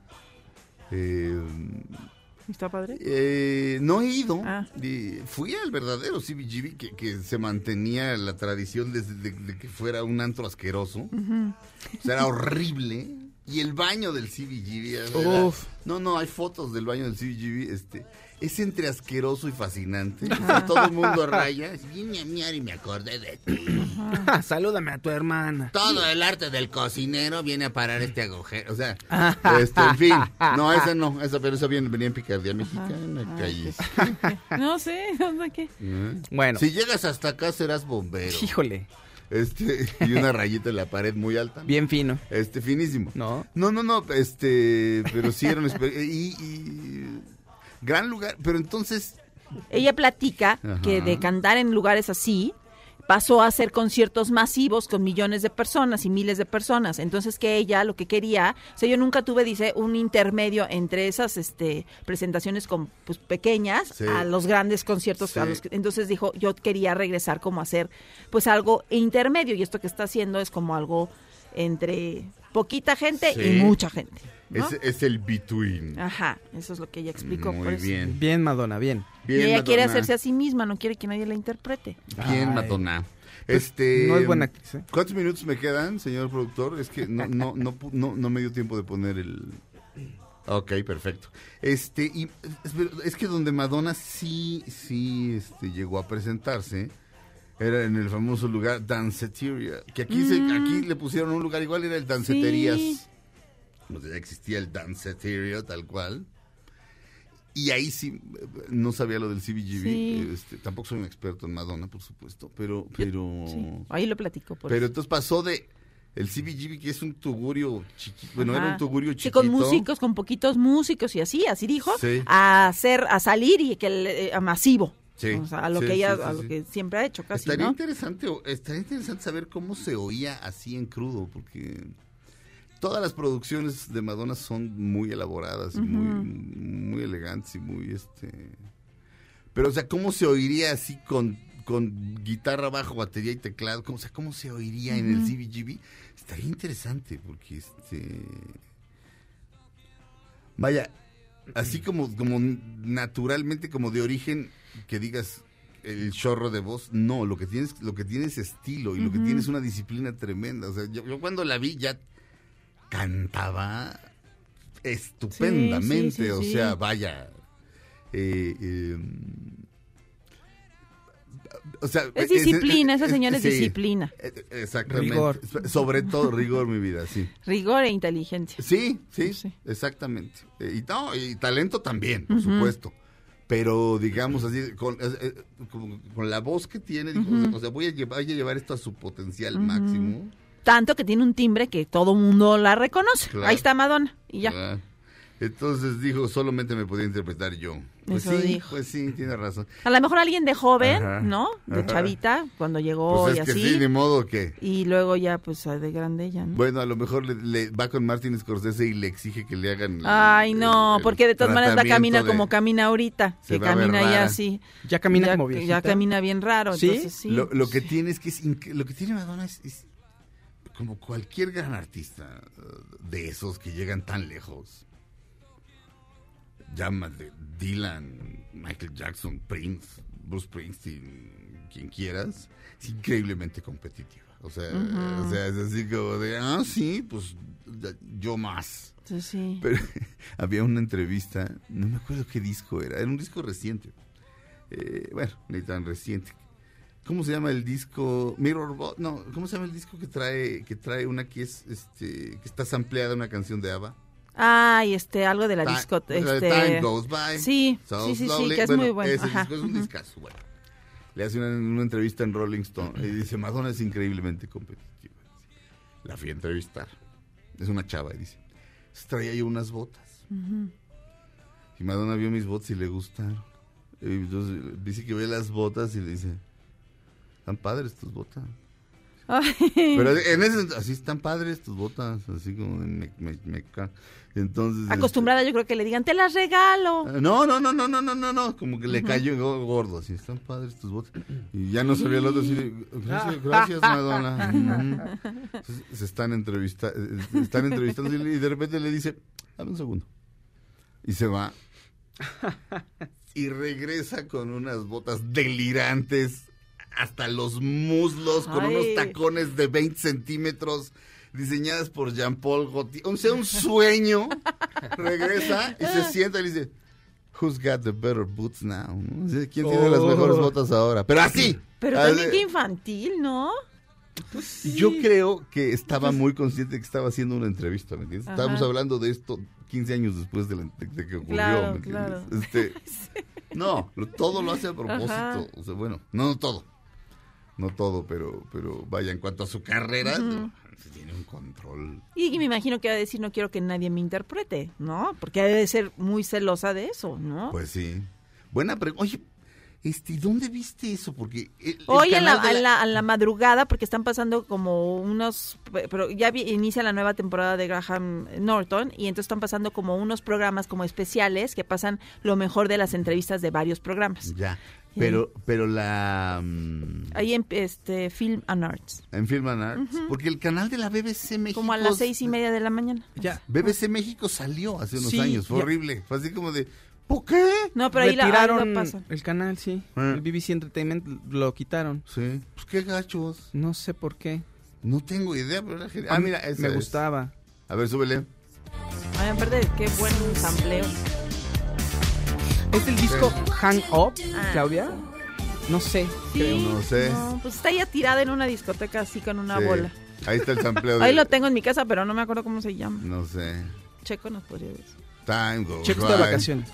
Eh, ¿Está padre? eh, no he ido, Ah. y fui al verdadero C B G B que, que se mantenía la tradición desde de, de que fuera un antro asqueroso. Ujú. O sea, era horrible. Y el baño del C B G B. era- Uf. No, no, hay fotos del baño del C B G B. Este, es entre asqueroso y fascinante. O sea, todo el mundo a raya. Vine a miar y me acordé de ti. Salúdame a tu hermana. Todo el arte del cocinero viene a parar este agujero. O sea, este, en fin. No, esa no. Esa, pero esa viene, venía en Picardía Mexicana. Calle. No sé, ¿dónde qué? ¿Eh? Bueno. Si llegas hasta acá serás bombero. Híjole. Este, y una rayita en la pared muy alta. Bien fino. Este, finísimo. ¿No? No, no, no, este, pero sí era un exper- y, y gran lugar, pero entonces, Ella platica Ajá. que de cantar en lugares así pasó a hacer conciertos masivos con millones de personas y miles de personas. Entonces que ella lo que quería, o sea, yo nunca tuve, dice, un intermedio entre esas este presentaciones con, pues, pequeñas Sí. a los grandes conciertos. Sí. A los que- entonces dijo, yo quería regresar como a hacer pues algo intermedio, y esto que está haciendo es como algo entre poquita gente Sí. y mucha gente, ¿no? es, es el between. Ajá, eso es lo que ella explicó. Muy por eso. bien. Bien, Madonna, bien. Y Bien, ella quiere Madonna. hacerse a sí misma, no quiere que nadie la interprete. Bien, Ay. Madonna. Pues, Este, no es buena actriz, ¿eh? ¿Cuántos minutos me quedan, señor productor? Es que no, no, no, pu- no, no me dio tiempo de poner el... Ok, perfecto. Este, y es, es que donde Madonna sí, sí, este, llegó a presentarse, era en el famoso lugar Danceteria, que aquí, se, aquí le pusieron un lugar igual, era el Danceterías. Sí. O sea, ya existía el Danceteria tal cual. Y ahí sí, eh, no sabía lo del C B G B. Sí. Este, tampoco soy un experto en Madonna, por supuesto, pero... pero Sí, ahí lo platico. Por pero eso. entonces pasó de el C B G B, que es un tugurio chiquito, bueno, Ajá. era un tugurio Sí, chiquito. con músicos, con poquitos músicos y así, así dijo, Sí. a hacer, a salir y que el, eh, a masivo. Sí, O sea, a lo sí, que ella, sí, sí, a lo sí. que siempre ha hecho casi, Estaría ¿no? interesante, o- estaría interesante saber cómo se oía así en crudo, porque todas las producciones de Madonna son muy elaboradas y muy, muy elegantes y muy este. Pero, o sea, ¿cómo se oiría así con, con guitarra, bajo, batería y teclado? ¿Cómo, o sea, ¿cómo se oiría en el C B G B? Estaría interesante, porque este. Vaya, así como, como naturalmente, como de origen, que digas el chorro de voz, no, lo que tienes, lo que tienes es estilo y lo que tienes es una disciplina tremenda. O sea, yo, yo cuando la vi ya cantaba estupendamente, Sí, sí, sí, o sí. sea, vaya. eh, eh, o sea, Es disciplina, esa es- señora es sí, disciplina. eh, Exactamente. Rigor. Sobre todo rigor, mi vida, sí. Rigor e inteligencia. Sí, sí, Sí. exactamente. Eh, y, no, y talento también, por supuesto. Pero digamos así, con, eh, eh, con, con la voz que tiene, digo, o sea, voy a, llevar, voy a llevar esto a su potencial máximo. Tanto que tiene un timbre que todo mundo la reconoce. Claro. Ahí está Madonna y ya. Ah, entonces dijo, solamente me podía interpretar yo. Pues Eso sí, dijo. pues sí, tiene razón. A lo mejor alguien de joven, Ajá, ¿no? De ajá. chavita, cuando llegó Pues y es que así. sí, ni modo que... Y luego ya, pues, de grande ya, ¿no? Bueno, a lo mejor le, le va con Martin Scorsese y le exige que le hagan... el- Ay, no, el- el porque de todas maneras va a caminar tratamiento como de- camina ahorita, Se que va a ver camina ya rara. así. Ya camina ya, como viejita. Ya camina bien raro, ¿Sí? entonces sí. Lo, lo que tiene es que es inc- lo que tiene Madonna es, es como cualquier gran artista uh, de esos que llegan tan lejos. Llámate Dylan, Michael Jackson, Prince, Bruce Springsteen, quien quieras, es increíblemente competitiva. O sea, o sea, es así como de, ah, sí, pues ya- yo más. Sí, sí. Pero había una entrevista, no me acuerdo qué disco era, era un disco reciente. Eh, bueno, ni tan reciente. ¿Cómo se llama el disco? Mirror Ball, no, ¿cómo se llama el disco que trae que trae una que es este que está sampleada una canción de ABBA? Ay, este, algo de la Ti- disco. the Este... Time Goes By. Sí, So sí, sí, sí, Slowly. que es Bueno, muy bueno. Ese Ajá, disco es un ujú. discazo, bueno. Le hace una, una entrevista en Rolling Stone y dice, Madonna es increíblemente competitiva. La fui a entrevistar. Es una chava y dice, traía yo unas botas. Y Madonna vio mis botas y le gustaron. Y entonces dice que ve las botas y le dice, están padres tus botas. Ay. Pero en ese, así están padres tus botas, así como de me, me, me ca- Entonces. Acostumbrada yo creo que le digan, te las regalo. este, no, no, no, no, no, no, no, no, como que le cayó go- gordo, así están padres tus botas. Y ya no sabía el otro así de, gracias, gracias Madonna. Ujú. Entonces, se están entrevista, eh, están entrevistando y de repente le dice, dame un segundo. Y se va. Y regresa con unas botas delirantes hasta los muslos, con Ay. unos tacones de veinte centímetros, diseñadas por Jean-Paul Gaultier. O sea, un sueño. Regresa y se sienta y le dice, who's got the better boots now? ¿No? O sea, ¿quién tiene las mejores botas ahora? Pero así. Pero así. también qué infantil, ¿no? Yo creo que estaba muy consciente de que estaba haciendo una entrevista, ¿me entiendes? Ajá. Estábamos hablando de esto quince años después de, la- de- de que ocurrió, Claro, ¿me entiendes? claro. Este, No, lo- todo lo hace a propósito. Ajá. O sea, bueno, no todo. No todo, pero, pero vaya, en cuanto a su carrera, no, tiene un control. Y me imagino que va a decir, no quiero que nadie me interprete, ¿no? Porque debe de ser muy celosa de eso, ¿no? Pues sí. Buena pregunta. Oye, este, ¿dónde viste eso? Porque el- el Hoy en la, canal de a la, a la madrugada, porque están pasando como unos, pero ya vi- inicia la nueva temporada de Graham Norton y entonces están pasando como unos programas como especiales que pasan lo mejor de las entrevistas de varios programas. Ya, pero, pero la... mm, Ahí en este Film and Arts, en Film and Arts, porque el canal de la B B C México... como a las seis y media de la mañana. Ya. B B C México salió hace unos Sí, años, fue ya. horrible. Fue así como de, ¿por qué? No, pero ahí la, ahí Retiraron la pasan. el canal, sí. Ah. El B B C Entertainment lo quitaron. Sí, pues qué gachos. No sé por qué. No tengo idea, pero era genial. A Ah, mí mira, esa me es. gustaba. A ver, súbele. Ay, aparte, qué buen sampleo. ¿Es el disco Hang Up, Ah. Claudia? No sé, creo. No sé. No, pues está ya tirada en una discoteca así con una Sí. bola. Ahí está el sampleo de... Ahí lo tengo en mi casa, pero no me acuerdo cómo se llama. No sé. Checo nos podría decir. Time goes Checo está de by. vacaciones.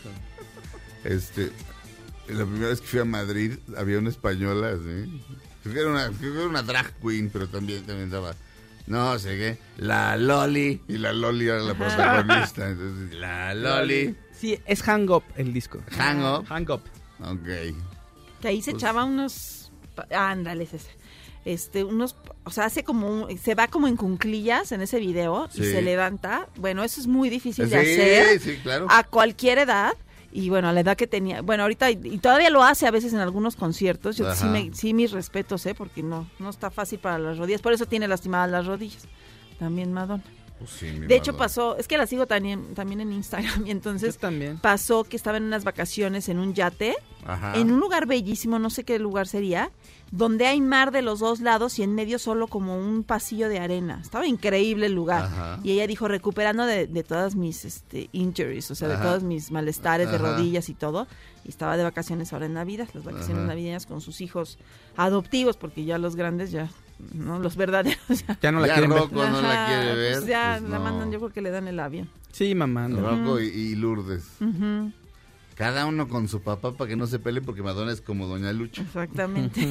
Este, la primera vez que fui a Madrid había una española, ¿sí? Creo que era una, creo que era una drag queen, pero también, también estaba, no sé qué, la Loli, y la Loli era la protagonista, entonces, la Loli, Sí, es Hang Up el disco. Hang Up, Hang Up. ok. Que ahí se Pues- echaba unos... pa- Ándale, ese. Este, unos... O sea, hace como un... Se va como en cunclillas en ese video y Sí. se levanta. Bueno, eso es muy difícil de Sí, hacer sí, claro. a cualquier edad. Y bueno, a la edad que tenía... Bueno, ahorita... Y y todavía lo hace a veces en algunos conciertos. Yo sí, Ajá. me, sí mis respetos, ¿eh? Porque no, no está fácil para las rodillas. Por eso tiene lastimadas las rodillas. También Madonna. Pues sí, mi De hecho Madonna. pasó... Es que la sigo también, también en Instagram. Y entonces Yo también. pasó que estaba en unas vacaciones en un yate. Ajá. En un lugar bellísimo, no sé qué lugar sería, donde hay mar de los dos lados y en medio solo como un pasillo de arena. Estaba increíble el lugar. Ajá. Y ella dijo, recuperando de, de todas mis este, injuries, o sea, de Ajá. todos mis malestares de Ajá. rodillas y todo. Y estaba de vacaciones ahora en Navidad, las vacaciones Ajá. navideñas con sus hijos adoptivos, porque ya los grandes ya, no los verdaderos ya. Ya no la Ya quieren ver. Rocco no la Ajá, quiere ver. pues ya pues la no. mandan, yo creo que le dan el avión. Sí, mamá. anda. Rocco y, y Lourdes. Ujú, Cada uno con su papá para que no se peleen porque Madonna es como Doña Lucha. exactamente.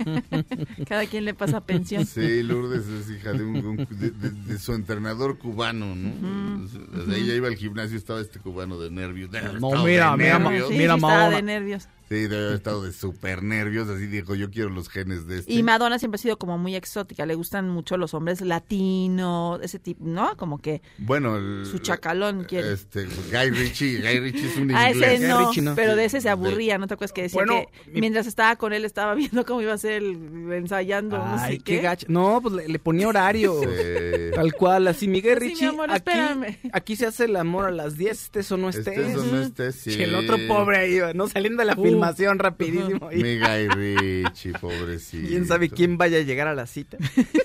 Cada quien le pasa pensión. Sí, Lourdes es hija de, un, un- de, de- de su entrenador cubano, ¿no? Desde ella iba al gimnasio, estaba este cubano de nervios. de- No, estado de mira, mira, nervios. Sí, Mira, sí, estaba Madonna. de nervios. Sí, debe haber estado de súper nervios, así dijo, yo quiero los genes de este. Y Madonna siempre ha sido como muy exótica, le gustan mucho los hombres latinos, ese tipo, ¿no? Como que Bueno, el- su chacalón quiere. Este, Guy Ritchie, Guy Ritchie es un Ah, inglés. ese no, Richie, ¿no? pero de ese se aburría, ¿no te acuerdas que decía Bueno, que mi- mientras estaba con él estaba viendo cómo iba a ser el, ensayando, no Ay, sé qué qué? gacho. No, pues le, le ponía horario. Sí. Tal cual, así Miguel Sí, mi Richie, amor, aquí, espérame. aquí se hace el amor a las diez, estés o no estés. Este es no este, sí. Y el otro pobre ahí, iba, ¿no? Saliendo de la Uh. filmación rapidísimo. y- Mi Guy Ritchie, pobrecito. ¿Quién sabe quién vaya a llegar a la cita?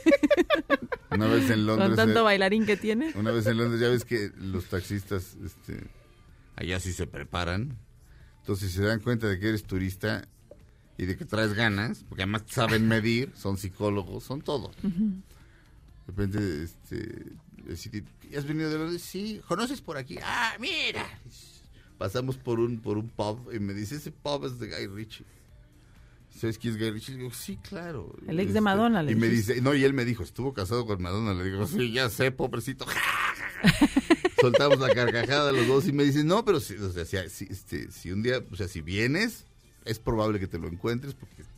Una vez en Londres. Con tanto eh, bailarín que tiene. Una vez en Londres, ya ves que los taxistas, este, allá sí se preparan. Entonces, si se dan cuenta de que eres turista y de que traes ganas, porque además saben medir, son psicólogos, son todo. De repente, este, decir, ¿has venido de Londres? Sí, ¿conoces por aquí? Ah, mira. Pasamos por un, por un pub y me dice, ese pub es de Guy Ritchie. ¿Sabes quién es Guy Ritchie? Le digo, sí, claro. El ex de Madonna, le Y me dijiste. dice, no, y él me dijo, estuvo casado con Madonna. Le digo, sí, ya sé, pobrecito. Soltamos la carcajada los dos y me dice, no, pero si, o sea, si, si, este, si un día, o sea, si vienes, es probable que te lo encuentres porque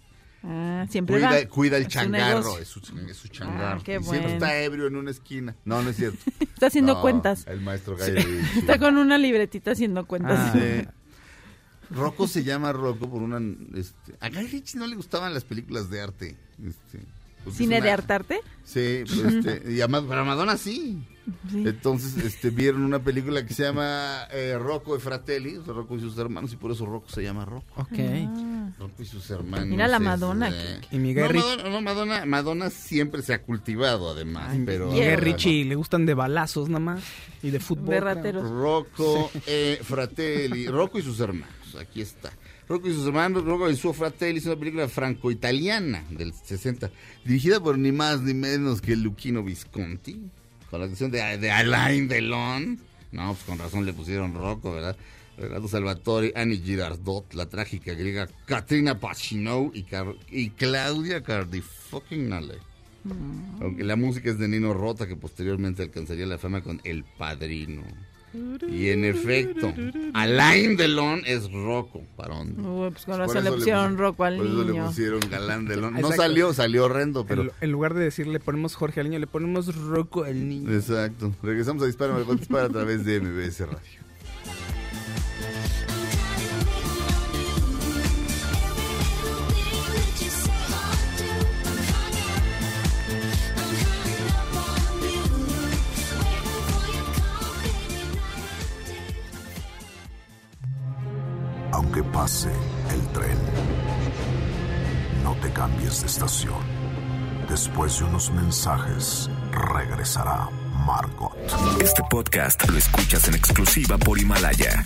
Ah, siempre Cuida, va. cuida el Es su changarro, negocio. es su, es su changarro. Ah, qué y siempre bueno. está ebrio en una esquina. No, no es cierto. Está haciendo No, cuentas. El maestro Guy Ritchie. Está con una libretita haciendo cuentas. Ah. Sí. Rocco se llama Rocco por una... Este, a Guy Ritchie no le gustaban las películas de arte. Este, porque ¿Cine es una- de hartarte? Sí, pues, este, y a, Ma- para Madonna sí. Sí. Entonces este, vieron una película que se llama eh, Rocco e Fratelli, o sea, Rocco y sus hermanos, y por eso Rocco se llama Rocco. Ok. Ah. Rocco y sus hermanos. Mira la es, Madonna, eh, Y Miguel no, Rich- Madonna, no, Madonna, Madonna siempre se ha cultivado además, Ay, pero... Miguel Richie le gustan de balazos nada más y de fútbol. De creo. rateros. Rocco e Fratelli, Rocco y sus hermanos, aquí está. Rocco y sus hermanos, Rocco y su Fratelli es una película franco-italiana del sesenta, dirigida por ni más ni menos que Luchino Visconti, con la canción de, de Alain Delon. No, pues con razón le pusieron Rocco, ¿verdad? Renato Salvatore, Annie Girardot, la trágica griega Katrina Pacino y, Car- y Claudia Cardifucking-Nale. Aunque la música es de Nino Rota, que posteriormente alcanzaría la fama con El Padrino. Y en efecto, Alain Delon es Rocco, parón. Uy, pues con Por razón le eso pusieron pus- Rocco al por eso le niño. pusieron Galán Delon. No Exacto. salió, salió horrendo, pero... En, en lugar de decirle ponemos Jorge al niño, le ponemos Rocco al niño. Exacto. Regresamos a Dispara, Margot Dispara a través de M B S Radio. Aunque pase el tren, no te cambies de estación. Después de unos mensajes, regresará Margot. Este podcast lo escuchas en exclusiva por Himalaya.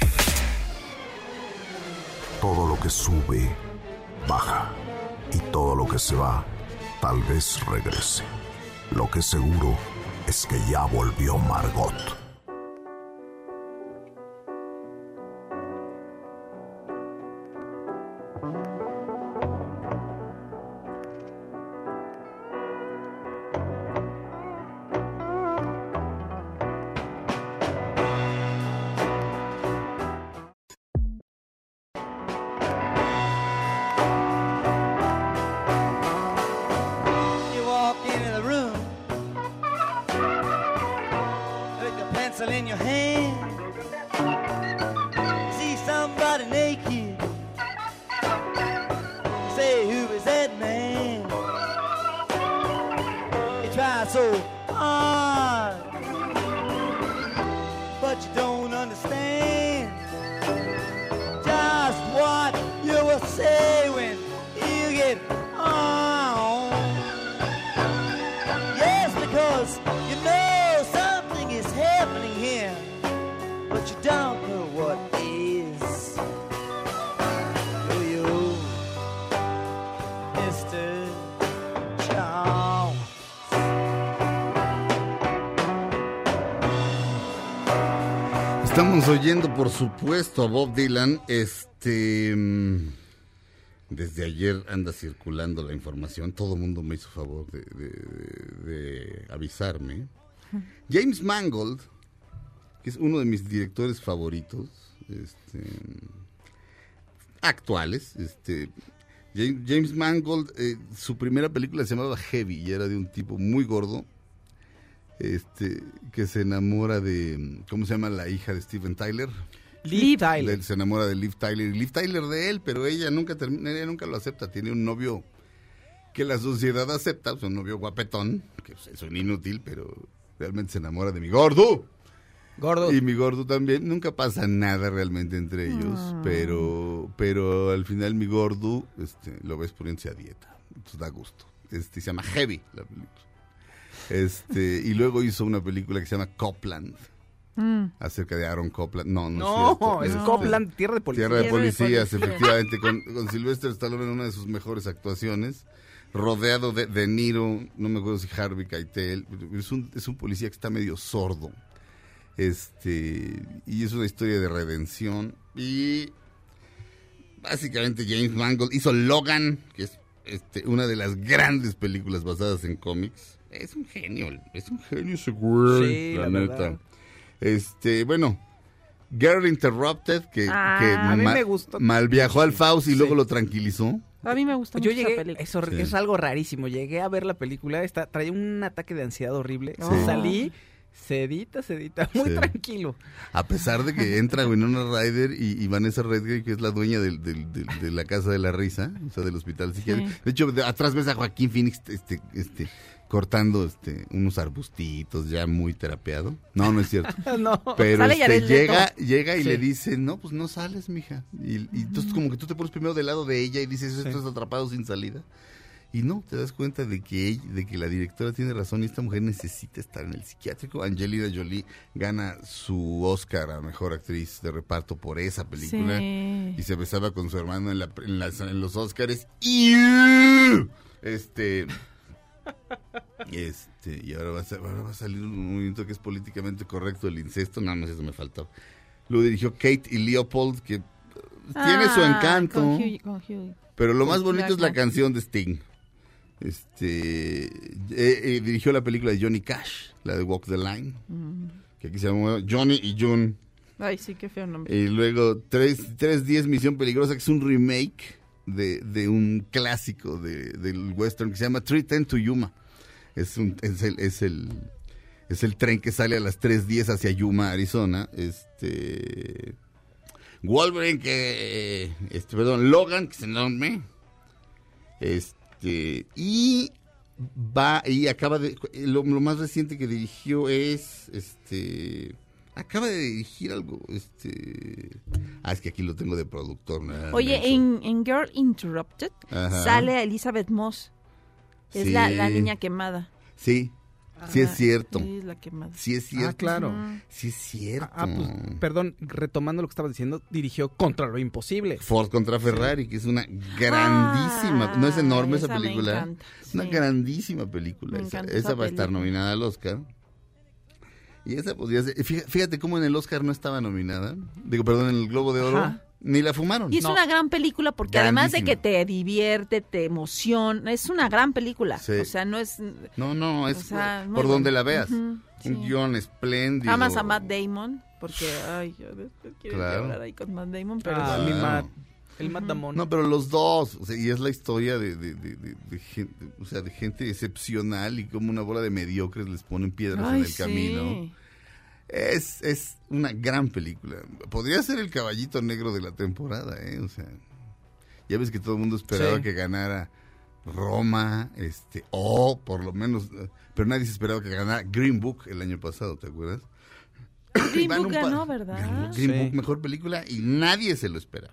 Todo lo que sube, baja. Y todo lo que se va, tal vez regrese. Lo que seguro es que ya volvió Margot. You walk into the room with a pencil in your hand. See somebody naked. Say, who is that man? You try so hard, but you don't understand just what you will say when you get on. Yes, because you know something is happening here, but you don't know what is. Do you, Mister Jones? Estamos oyendo, por supuesto, a Bob Dylan. Este... mm, Desde ayer anda circulando la información. Todo el mundo me hizo favor de, de- de- de avisarme. James Mangold, que es uno de mis directores favoritos, este, actuales. Este, James, James Mangold, eh, su primera película se llamaba Heavy y era de un tipo muy gordo, este, que se enamora de, ¿cómo se llama la hija de Steven Tyler? Liv Tyler. Él se enamora de Liv Tyler y Liv Tyler de él, pero ella nunca termina, ella nunca lo acepta. Tiene un novio que la sociedad acepta, es un novio guapetón, que es un inútil, pero realmente se enamora de mi gordo. Gordo. Y mi gordo también. Nunca pasa nada realmente entre ellos, Ah. pero pero al final mi gordo este, lo ves poniéndose a dieta. Entonces da gusto. Este, se llama Heavy la película. Este, y luego hizo una película que se llama Copland. Mm. Acerca de Aaron Copland. No, no, No, es es cierto. Copland, tierra de policía. Tierra de Tierra de policías, policía. efectivamente, con, con Sylvester Stallone en una de sus mejores actuaciones, rodeado de De Niro, no me acuerdo si Harvey Keitel, es un, es un policía que está medio sordo, este, y es una historia de redención, y básicamente James Mangold hizo Logan, que es este, una de las grandes películas basadas en cómics. Es un genio, es un genio ese güey, Sí, la la neta. verdad. Este, bueno, Girl Interrupted, que, Ah, que a mí ma- me gustó. mal viajó al Faust y Sí. luego lo tranquilizó. A mí me gusta Yo mucho esa llegué, película. es, hor- Sí. es algo rarísimo, llegué a ver la película, está, traía un ataque de ansiedad horrible, Sí. salí, sedita, sedita, muy Sí. tranquilo. A pesar de que entra Winona Ryder y, y Vanessa Redgrave, que es la dueña del, del- del- de la Casa de la Risa, o sea, del hospital psiquiátrico. Sí. De hecho, de- atrás ves a Joaquín Phoenix este, este, cortando este, unos arbustitos, ya muy terapeado. No, no es cierto. No. Pero Sale este, Jared Leto. llega, llega y Sí. le dice, no, pues no sales, mija. Y, y entonces como que tú te pones primero del lado de ella y dices, Sí. estás atrapado sin salida. Y no, te das cuenta de que ella- de que la directora tiene razón y esta mujer necesita estar en el psiquiátrico. Angelina Jolie gana su Oscar a Mejor Actriz de Reparto por esa película. Sí. Y se besaba con su hermano en, la, en, las- en los Oscars. Y este... Este, y ahora va, a, sa- ahora va a salir un movimiento que es políticamente correcto, el incesto, nada más eso me faltó. Lo dirigió Kate y Leopold, que uh, tiene su Ah, encanto, con Hugh- con Hugh. pero lo con más bonito es la Jackman. canción de Sting. Este, eh, eh, dirigió la película de Johnny Cash, la de Walk the Line, Mm. que aquí se llama Johnny y June. Ay, sí, qué feo nombre. Y luego tres, tres diez Misión Peligrosa, que es un remake de, de un clásico de, del western que se llama three ten to Yuma. Es, un, es, el, es, el, es el tren que sale a las tres diez hacia Yuma, Arizona. Este Wolverine, que este, perdón, Logan, que es enorme. Este y va y acaba de lo, lo más reciente que dirigió es este acaba de dirigir algo, este... Ah, es que aquí lo tengo de productor. ¿No? Oye, en, en Girl Interrupted Ajá. sale Elizabeth Moss. Es Sí. la, la niña quemada. Sí, sí es Ajá, cierto. Sí, es la quemada. Sí es cierto. Ah, claro. Sí es cierto. Ah, pues, perdón, retomando lo que estabas diciendo, dirigió Contra lo Imposible. Ford contra Ferrari, que es una grandísima... Ah, ¿No es enorme esa, esa me película? encanta, Una sí. grandísima película. Me Esa, encanta esa esa va a estar película. nominada al Oscar. Y esa podría ser... Fíjate, fíjate cómo en el Oscar no estaba nominada. Digo, perdón, en el Globo de Oro. Ajá. Ni la fumaron. Y es No. una gran película porque además de que Grandísima. te divierte, te emociona, es una gran película. Sí. O sea, no es... No, no, es O sea, por, muy por bueno. donde la veas. Ujú, sí. Un guión espléndido. Amas a Matt Damon porque, ay, yo después quiero Claro. hablar ahí con Matt Damon, pero... Ah, Claro. mi Matt, el Matt Damon. No, pero los dos, o sea, y es la historia de, de, de, de- de gente, o sea, de gente excepcional y como una bola de mediocres les ponen piedras Ay, en el sí. camino. Es, es una gran película. Podría ser el caballito negro de la temporada, ¿eh? O sea, ya ves que todo el mundo esperaba Sí. que ganara Roma, este, o por lo menos, eh, pero nadie se esperaba que ganara Green Book el año pasado, ¿te acuerdas? Green Van Book un pa- ganó, ¿verdad? Ganó Green Sí. Book, mejor película, y nadie se lo esperaba.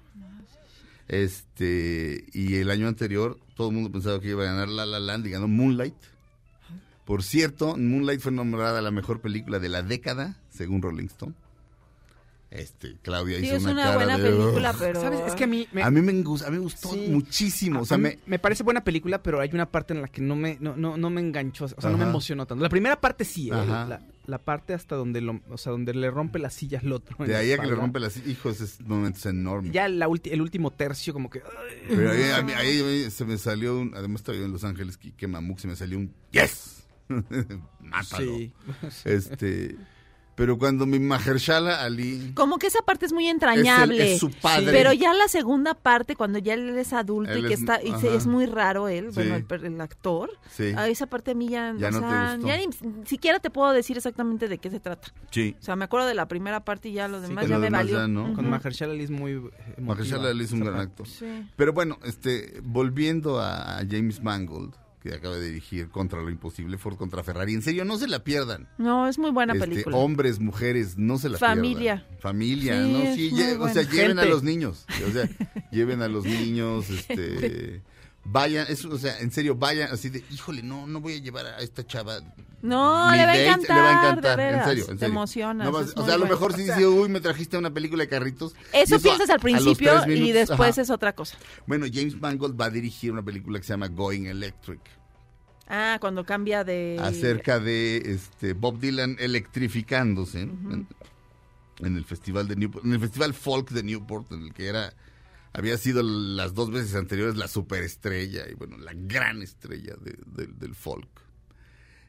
Este, y el año anterior todo el mundo pensaba que iba a ganar La La Land y ganó Moonlight. Por cierto, Moonlight fue nombrada la mejor película de la década, según Rolling Stone. Este, Claudia Sí, hizo es una, una cara buena de... película, "Ugh". pero... ¿Sabes? Es que a mí me, A mí me, gus- a mí me gustó Sí. muchísimo, o sea, a mí me... me parece buena película, pero hay una parte en la que no me no no, no me enganchó, o sea, no me Ajá. emocionó tanto. La primera parte sí, ¿eh? Ajá. la, la parte hasta donde lo, o sea, donde le rompe las sillas al otro. en De la ahí a que le espalda. rompe las hijos, es momentos enormes. Ya la ulti- el último tercio como que ay, Pero ahí, a mí- ahí, ahí se me salió, un, además estaba yo en Los Ángeles, que, que Mamuk, se me salió un yes. Mátalo. sí. Este, pero cuando mi Mahershala Ali, Como que esa parte es muy entrañable. Es el- es su padre. Pero ya la segunda parte, cuando ya él es adulto Él y que es- está, y se- ajá. es muy raro él, Sí. bueno, el, per- el actor. sí, A esa parte a mí ya, Ya o no te sea, gustó. ya ni siquiera te puedo decir exactamente de qué se trata. sí. O sea, me acuerdo de la primera parte y ya lo Sí, demás que ya lo me demás valió. ya no. Ujú. Con Mahershala Ali es muy eh, emotiva Mahershala Ali es un esa gran parte. actor. Sí. Pero bueno, este, volviendo a James Mangold, que acaba de dirigir Contra lo Imposible, Ford contra Ferrari. En serio, no se la pierdan. No, es muy buena Este, película. hombres, mujeres, no se la Familia. pierdan. Familia. Sí, ¿no? es Sí, muy lle- o sea, buena. lleven a Gente. los niños. O sea, lleven a los niños, este... Vayan, eso, o sea, en serio, vayan así de, híjole, no, no voy a llevar a esta chava. No, Mi le va a date, encantar, le va a encantar, de en veras, serio, en te serio. emocionas, No vas- es o muy sea, a lo bueno. mejor sí dice, uy, me trajiste una película de carritos. Eso y piensas a- al a los principio tres y minutos, después ajá. es otra cosa. Bueno, James Mangold va a dirigir una película que se llama Going Electric, Ah, cuando cambia de... acerca de este Bob Dylan electrificándose en, en el festival de Newport, en el festival folk de Newport, en el que era había sido las dos veces anteriores la superestrella y bueno, la gran estrella de- de- del folk.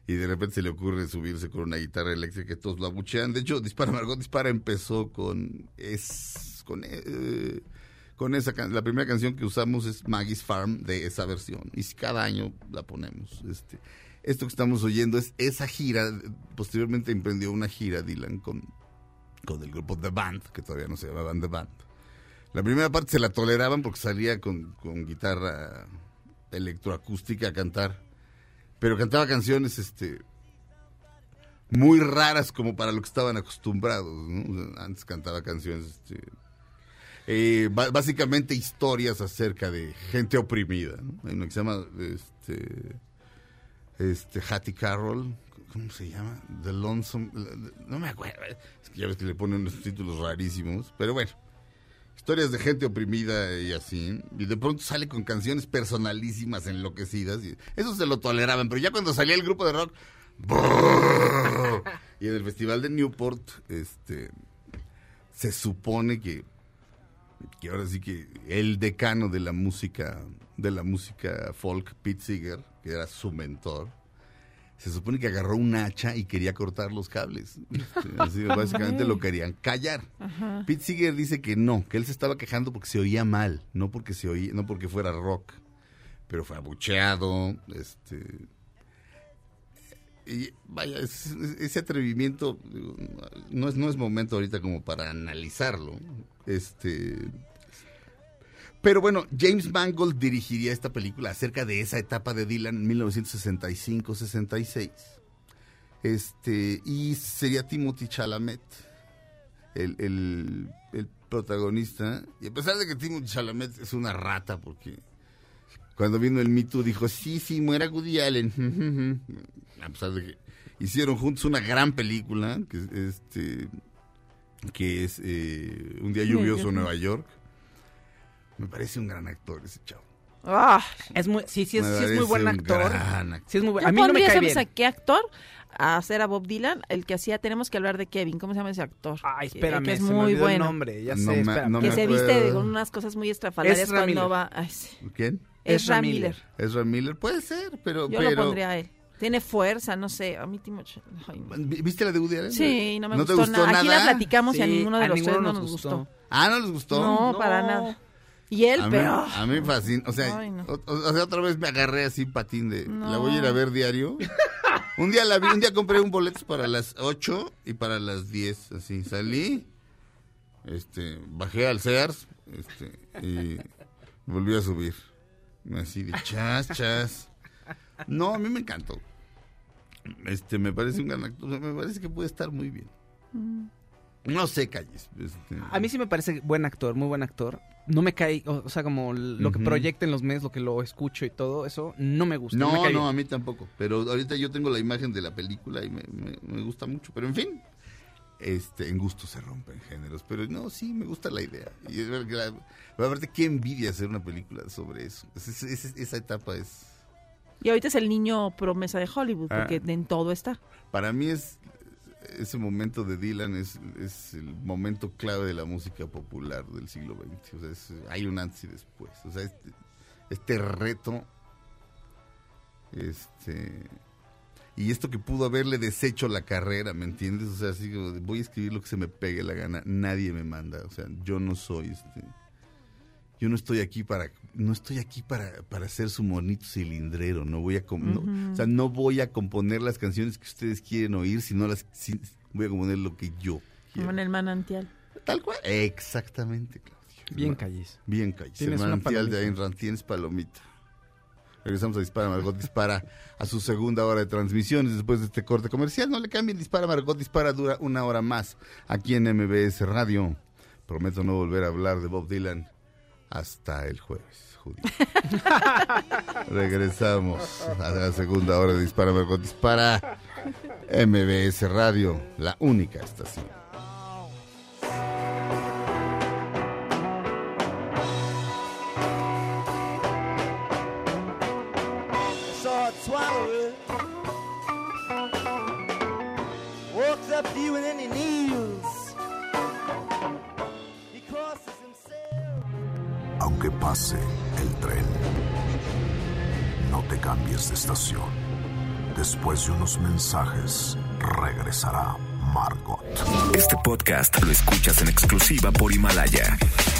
y de repente se le ocurre subirse con una guitarra eléctrica que todos lo abuchean. De hecho, Dispara Margot Dispara empezó con es con eh, con esa can- la primera canción que usamos es Maggie's Farm de esa versión, y cada año la ponemos. Este, esto que estamos oyendo es esa gira. Posteriormente emprendió una gira Dylan con con el grupo The Band, que todavía no se llamaban The Band. La primera parte se la toleraban porque salía con, con guitarra electroacústica a cantar, pero cantaba canciones este muy raras como para lo que estaban acostumbrados, ¿no? Antes cantaba canciones este, eh, b- básicamente historias acerca de gente oprimida, ¿no? Hay una que se llama este, este Hattie Carroll, ¿cómo se llama? The Lonesome, no me acuerdo, es que ya ves que le ponen unos títulos rarísimos, pero bueno, historias de gente oprimida y así, y de pronto sale con canciones personalísimas, enloquecidas, y eso se lo toleraban, pero ya cuando salía el grupo de rock, ¡brrr! Y en el festival de Newport, este, se supone que, que ahora sí que el decano de la música, de la música folk, Pete Seeger, que era su mentor, se supone que agarró un hacha y quería cortar los cables. Este, así, básicamente lo querían callar. Ajá. Pete Seeger dice que no, que él se estaba quejando porque se oía mal, no porque se oía, no porque fuera rock, pero fue abucheado, este, y vaya, es, es, ese atrevimiento digo, no es no es momento ahorita como para analizarlo, este. Pero bueno, James Mangold dirigiría esta película acerca de esa etapa de Dylan en mil novecientos sesenta y cinco sesenta y seis. Este, y sería Timothée Chalamet el, el, el protagonista. Y a pesar de que Timothée Chalamet es una rata, porque cuando vino el Me Too dijo, sí, sí, muera Woody Allen. A pesar de que hicieron juntos una gran película, que, este, que es eh, Un día lluvioso en Nueva York. Me parece un gran actor ese chavo. Ah, Es muy, sí, sí, es, Me sí es muy buen parece un actor. gran actor. Sí es muy buen. yo A mí no me pondría, cae ¿sabes bien. a qué actor? A hacer a Bob Dylan, el que hacía Tenemos que hablar de Kevin. ¿Cómo se llama ese actor? Ay, Que- espérame, que es se me muy olvidó bueno. el nombre, ya No sé, me- espérame. no Que me se viste acuerdo. con unas cosas muy estrafalarias Ezra cuando Miller. va... Ay, sí. ¿Quién? Ezra Miller. Ezra Miller, puede ser, pero... Yo pero lo pondría a él. Tiene fuerza, no sé. A mí Timothée... ay, no. ¿Vi- ¿Viste la de Woody Allen? Sí, no me ¿No te gustó, gustó nada. Aquí la nada? platicamos y a Sí, ninguno de a los ninguno tres no nos nos gustó. gustó. Ah, ¿no les gustó? No, No. para nada. Y él, A mí, pero... a mí me fascina, o sea, Ay, no. o, o sea, otra vez me agarré así patín de, No. la voy a ir a ver diario. Un día la vi, un día compré un boleto para las ocho y para las diez, así, salí, este, bajé al Sears, este, y volví a subir, así de chas, chas. No, a mí me encantó, este, me parece un gran actor, me parece que puede estar muy bien. No sé, Calles. Este, A mí sí me parece buen actor, muy buen actor. No me cae, o, o sea, como lo que Ujú. proyecta en los medios, lo que lo escucho y todo eso, no me gusta. No, me No, cae no, bien. a mí tampoco. Pero ahorita yo tengo la imagen de la película y me, me, me gusta mucho. Pero en fin, este, en gusto se rompen géneros. Pero no, sí, me gusta la idea. Y es verdad que la, aparte, qué envidia hacer una película sobre eso. Es- es- es- esa etapa es, Y ahorita es el niño promesa de Hollywood, Ah. porque en todo está. para mí es, ese momento de Dylan es, es el momento clave de la música popular del siglo veinte. O sea, es- hay un antes y después. O sea, este, este reto, este, y esto que pudo haberle deshecho la carrera, ¿me entiendes? O sea, así como de, voy a escribir lo que se me pegue la gana, nadie me manda. O sea, yo no soy, este, yo no estoy aquí para, no estoy aquí para, para ser su monito cilindrero. No voy a, com- no, o sea, no voy a componer las canciones que ustedes quieren oír, sino las, si- voy a componer lo que yo quiero. Como en el manantial. Tal cual. Exactamente, Claudio. Bien Ma- calles. Bien calles. Tienes El una manantial de palomita. Ayn Rand, tienes palomita. Regresamos a Dispara Margot Dispara a su segunda hora de transmisiones después de este corte comercial. No le cambien, Dispara Margot Dispara dura una hora más aquí en M B S Radio. Prometo no volver a hablar de Bob Dylan hasta el jueves, judío. Regresamos a la segunda hora de Dispara Margot Dispara. M B S Radio, la única estación. saw it swallow it. Walks up to you and then he kneels. He crosses himself. Aunque pase el tren, no te cambies de estación. Después de unos mensajes, regresará Margot. Este podcast lo escuchas en exclusiva por Himalaya.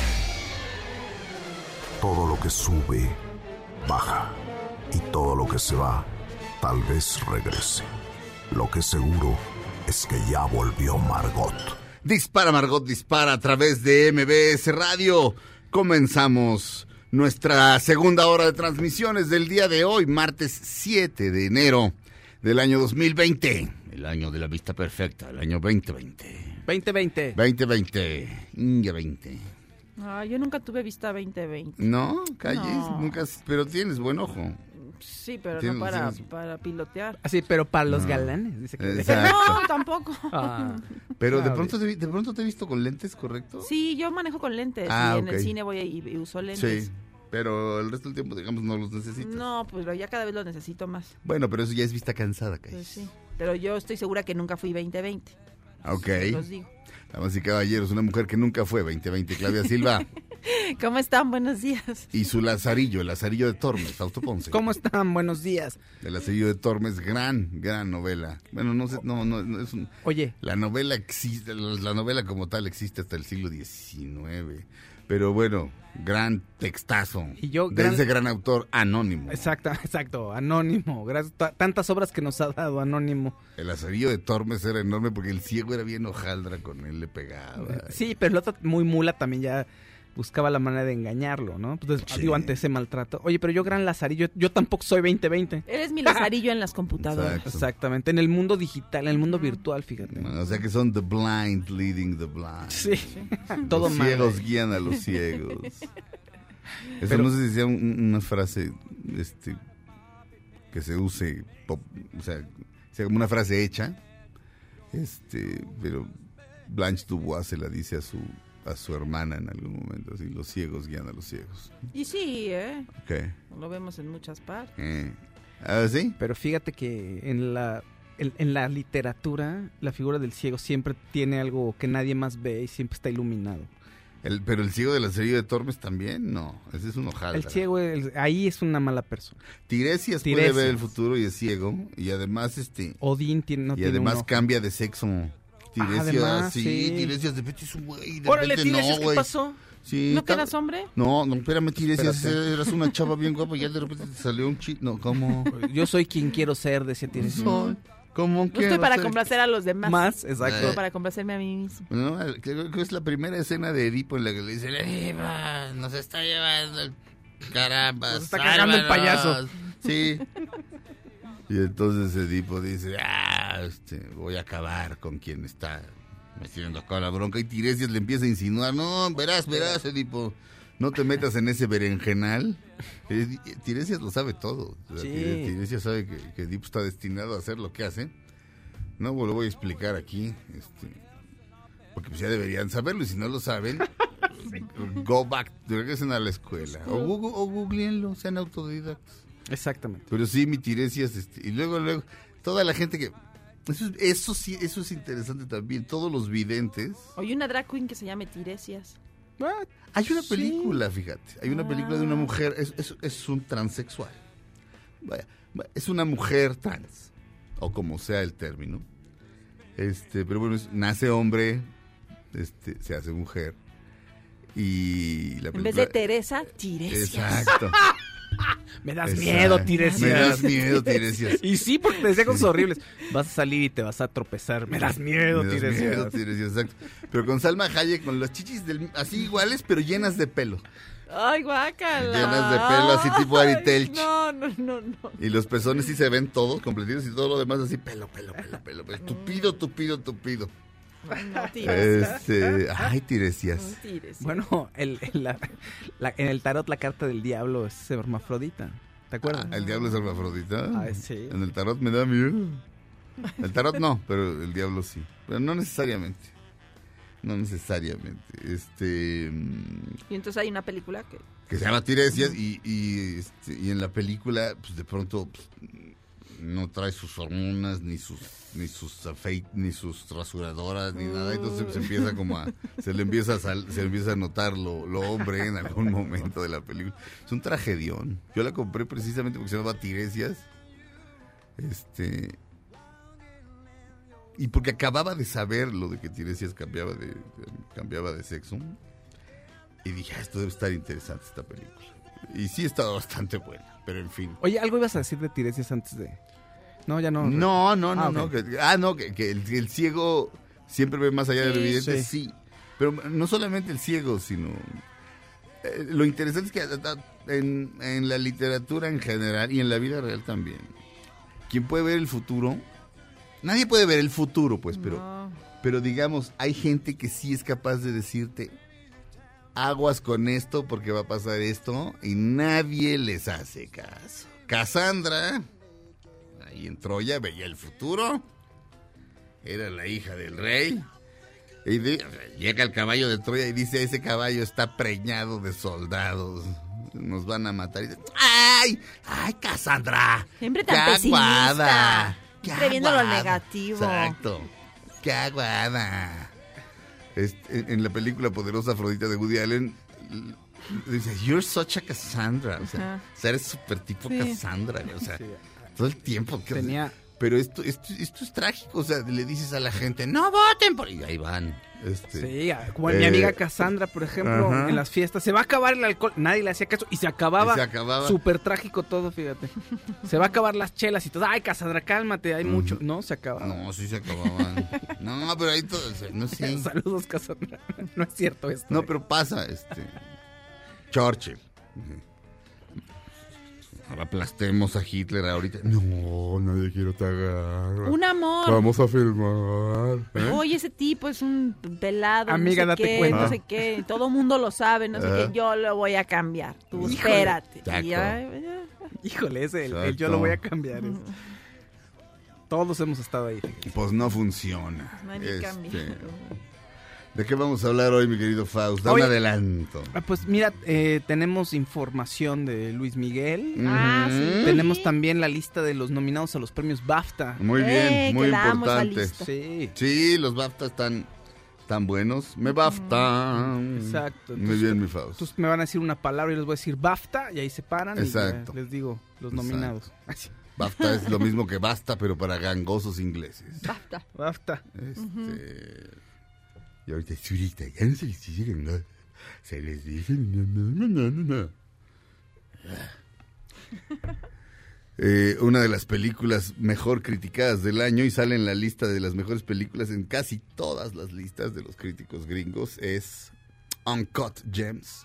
Todo lo que sube, baja. Y todo lo que se va, tal vez regrese. Lo que seguro es que ya volvió Margot. Dispara, Margot, dispara a través de M B S Radio. Comenzamos nuestra segunda hora de transmisiones del día de hoy, martes siete de enero del año dos mil veinte. El año de la vista perfecta, el año veinte veinte. veinte veinte. veinte veinte. Inge veinte. Ah, yo nunca tuve vista veinte veinte. No, calles, No. nunca, pero tienes buen ojo. Sí, pero Tienes- no para, tienes- para pilotear. Así, pero para los No. galanes, dice que... Exacto. No, tampoco. Ah, Pero de Ah, pronto, te, vi- de pronto te he visto con lentes, ¿correcto? Sí, yo manejo con lentes Ah, y en ok. el cine voy y, y uso lentes. Sí, pero el resto del tiempo, digamos, no los necesitas. No, pues ya cada vez lo necesito más. Bueno, pero eso ya es vista cansada, Calles. Pues sí. Pero yo estoy segura que nunca fui veinte veinte. Ok. Se los digo. Damas y caballeros, una mujer que nunca fue veinte veinte, Claudia Silva. ¿Cómo están? Buenos días. Y su Lazarillo, el Lazarillo de Tormes, Fausto Ponce. ¿Cómo están? Buenos días. El Lazarillo de Tormes, gran, gran novela. Bueno, no sé, no, no, no es un... Oye, La novela existe, la novela como tal existe hasta el siglo diecinueve. Pero bueno, gran textazo. Y yo, de gran- ese gran autor anónimo. exacto, exacto, Anónimo. Gracias, ta- tantas obras que nos ha dado Anónimo. El Lazarillo de Tormes era enorme porque el ciego era bien hojaldra, con él le pegaba. Sí, pero el otro muy mula también ya buscaba la manera de engañarlo, ¿no? Pues, Sí. digo, ante ese maltrato. Oye, pero yo gran Lazarillo, yo tampoco soy veinte veinte. Eres mi lazarillo en las computadoras. Exacto. Exactamente, en el mundo digital, en el mundo virtual, fíjate. O sea que son the blind leading the blind. Sí, todo Los mal. ciegos guían a los ciegos. Eso Pero- no sé si sea un- una frase este, que se use, pop- o sea, sea como una frase hecha, este, pero Blanche Dubois se la dice a su a su hermana en algún momento, así, los ciegos guían a los ciegos. Y sí, ¿eh? ¿Qué? Lo vemos en muchas partes. Eh. ¿Ah, sí? Pero fíjate que en la en, en la literatura la figura del ciego siempre tiene algo que nadie más ve y siempre está iluminado. El, pero el ciego de la serie de Tormes también, no, ese es un hojaldra. El ciego, el- ahí es una mala persona. Tiresias puede Tiresias. ver el futuro y es ciego, y además este Odín tiene, no y tiene además un ojo. cambia de sexo. Tiresias, además, sí, sí. Tiresias de repente es un güey, de Órale, repente Tiresias, no, ¿qué güey. pasó? Sí, ¿No que estaba- eras hombre? No, no, espérame, Tiresias, Espérate. eras una chava bien guapa y ya de repente te salió un chito. No, ¿cómo? Yo soy quien quiero ser, decía Tiresias. Soy, ¿Cómo No quiero estoy para ser? complacer a los demás. Más, exacto. Solo para complacerme a mí mismo. No, creo que es la primera escena de Edipo en la que le dice, Edipo, nos está llevando el caramba, Nos está cagando el payaso. Sí. Y entonces Edipo dice, ah, este, voy a acabar con quien está metiendo acá la bronca. Y Tiresias le empieza a insinuar, no, verás, verás, Edipo, no te metas en ese berenjenal. Eh, Tiresias lo sabe todo. O sea, Sí. Tire- Tiresias sabe que, que Edipo está destinado a hacer lo que hace. No lo voy a explicar aquí, este, porque pues ya deberían saberlo, y si no lo saben, go back, regresen a la escuela, o, google, o googleenlo, sean autodidactas. Exactamente. Pero sí, mi Tiresias, este, y luego, luego, toda la gente que, eso, es- eso sí, eso es interesante también, todos los videntes. Oye, una drag queen que se llame Tiresias. Hay una Sí. película, fíjate, hay una película de una Ah. mujer, es, es, es un transexual, vaya, vaya, es una mujer trans, o como sea el término, este, pero bueno, es- nace hombre, este, se hace mujer, y la En vez película... de Teresa, Tiresias. Exacto. Me das Exacto. miedo, Tiresias. Me das miedo, Tiresias. Y sí, porque te decía cosas horribles. Vas a salir y te vas a tropezar. Me das miedo, Me das Tiresias. miedo, Tiresias, exacto. Pero con Salma Hayek, con las chichis del, así iguales, pero llenas de pelo. Ay, guácala. Llenas de pelo, así tipo Ari Ay, Telch. No, no, no, no. Y los pezones sí se ven todos completitos y todo lo demás así, pelo, pelo, pelo, pelo. pelo. Tupido, tupido, tupido. No, Tiresias. Este, ay, Tiresias. Tiresias. Bueno, el, el- la- la- en el tarot la carta del diablo es hermafrodita. ¿Te acuerdas? Ah, ¿el diablo es hermafrodita? Ah, sí. En el tarot me da miedo. El tarot no, pero el diablo sí. Pero no necesariamente. No necesariamente. Este... mm, Y entonces hay una película que... que se llama Tiresias y, y, este, y en la película pues de pronto pues, no trae sus hormonas ni sus ni sus afeit, ni sus rasuradoras ni nada, entonces se empieza como a se le empieza a sal, se le empieza a notar lo, lo hombre en algún momento de la película. Es un tragedión. Yo la compré precisamente porque se llama Tiresias Este... Y porque acababa de saber lo de que Tiresias cambiaba de, cambiaba de sexo. Y dije, ah, esto debe estar interesante esta película. Y sí estaba bastante buena, pero en fin. Oye, ¿algo ibas a decir de Tiresias antes de...? No, ya no. No, no, no, ah, no. okay. Que, ah, no, que, que el, el ciego siempre ve más allá Sí, de lo evidente, sí. sí. Pero no solamente el ciego, sino... Eh, lo interesante es que en, en la literatura en general y en la vida real también, quien puede ver el futuro... Nadie puede ver el futuro, pues, pero, No. pero digamos, hay gente que sí es capaz de decirte aguas con esto porque va a pasar esto y nadie les hace caso. Cassandra, ahí en Troya, veía el futuro, era la hija del rey, y de, llega el caballo de Troya y dice, ese caballo está preñado de soldados, nos van a matar. Y dice, ¡ay! ¡Ay, Cassandra! Siempre tan ¡Qué pesimista! aguada! Siempre viendo lo aguada. negativo. Exacto. ¡Qué aguada! Este, en, en la película Poderosa Afrodita de Woody Allen, dice, you're such a Cassandra. O sea, o sea eres súper tipo Sí. Cassandra. O sea, Sí. todo el tiempo. Que, Tenía... Pero esto, esto, esto es trágico. O sea, le dices a la gente, no voten por... Y ahí van. Este, Sí, como eh, mi amiga Cassandra, por ejemplo, ajá. en las fiestas, se va a acabar el alcohol, nadie le hacía caso y se acababa, Y se acababa. súper trágico todo, fíjate. Se va a acabar las chelas y todo, ay, Cassandra, cálmate, hay mucho. No, se acaba. No, sí se acababan. No, pero ahí todo... No sé. Saludos, Cassandra. No es cierto esto. No, eh. pero pasa, este... Churchill. Ahora aplastemos a Hitler ahorita. No, nadie quiero tagar. Un amor. Vamos a filmar. ¿eh? Oye, ese tipo es un pelado, Amiga, no sé date qué, cuenta. no sé qué, todo mundo lo sabe, no sé Ajá. qué, yo lo voy a cambiar, tú Híjole. espérate. Exacto. Y ya, ya. Híjole, ese, el, el Exacto. yo lo voy a cambiar. es- Todos hemos estado ahí. fíjate. Pues no funciona. No hay ni Este, cambio. ¿De qué vamos a hablar hoy, mi querido Faust? Da un Oye. adelanto. Ah, pues mira, eh, tenemos información de Luis Miguel. Ah, sí. Tenemos también la lista de los nominados a los premios BAFTA. Muy bien, Eh, muy que la amo esa importante. lista. Sí, Sí, los BAFTA están tan buenos. Me BAFTA. exacto. Muy Entonces, bien, mi Faust. Entonces me van a decir una palabra y les voy a decir BAFTA y ahí se paran Exacto. y ya les digo los Exacto. nominados. Así, BAFTA es lo mismo que basta, pero para gangosos ingleses. Basta. BAFTA. Este... Y ahorita, Zurita, ya no se les dice nada. Se les dice... No, no, no, no, no. Eh, una de las películas mejor criticadas del año y sale en la lista de las mejores películas en casi todas las listas de los críticos gringos es Uncut Gems.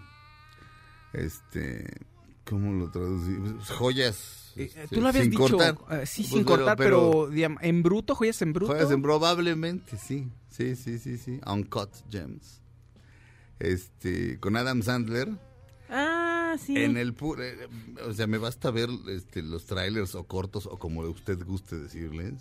Este... ¿Cómo lo traducí? Pues, joyas... Eh, este, Tú lo habías sin dicho, cortar. eh, sí, Pues, sin pero- cortar, pero, digamos, en bruto, joyas en bruto. Joyas en probablemente, sí. Sí, sí, sí, sí. Uncut Gems. Este, con Adam Sandler. Ah, sí. En el pu- eh, o sea, me basta ver este, los trailers o cortos o como usted guste decirles.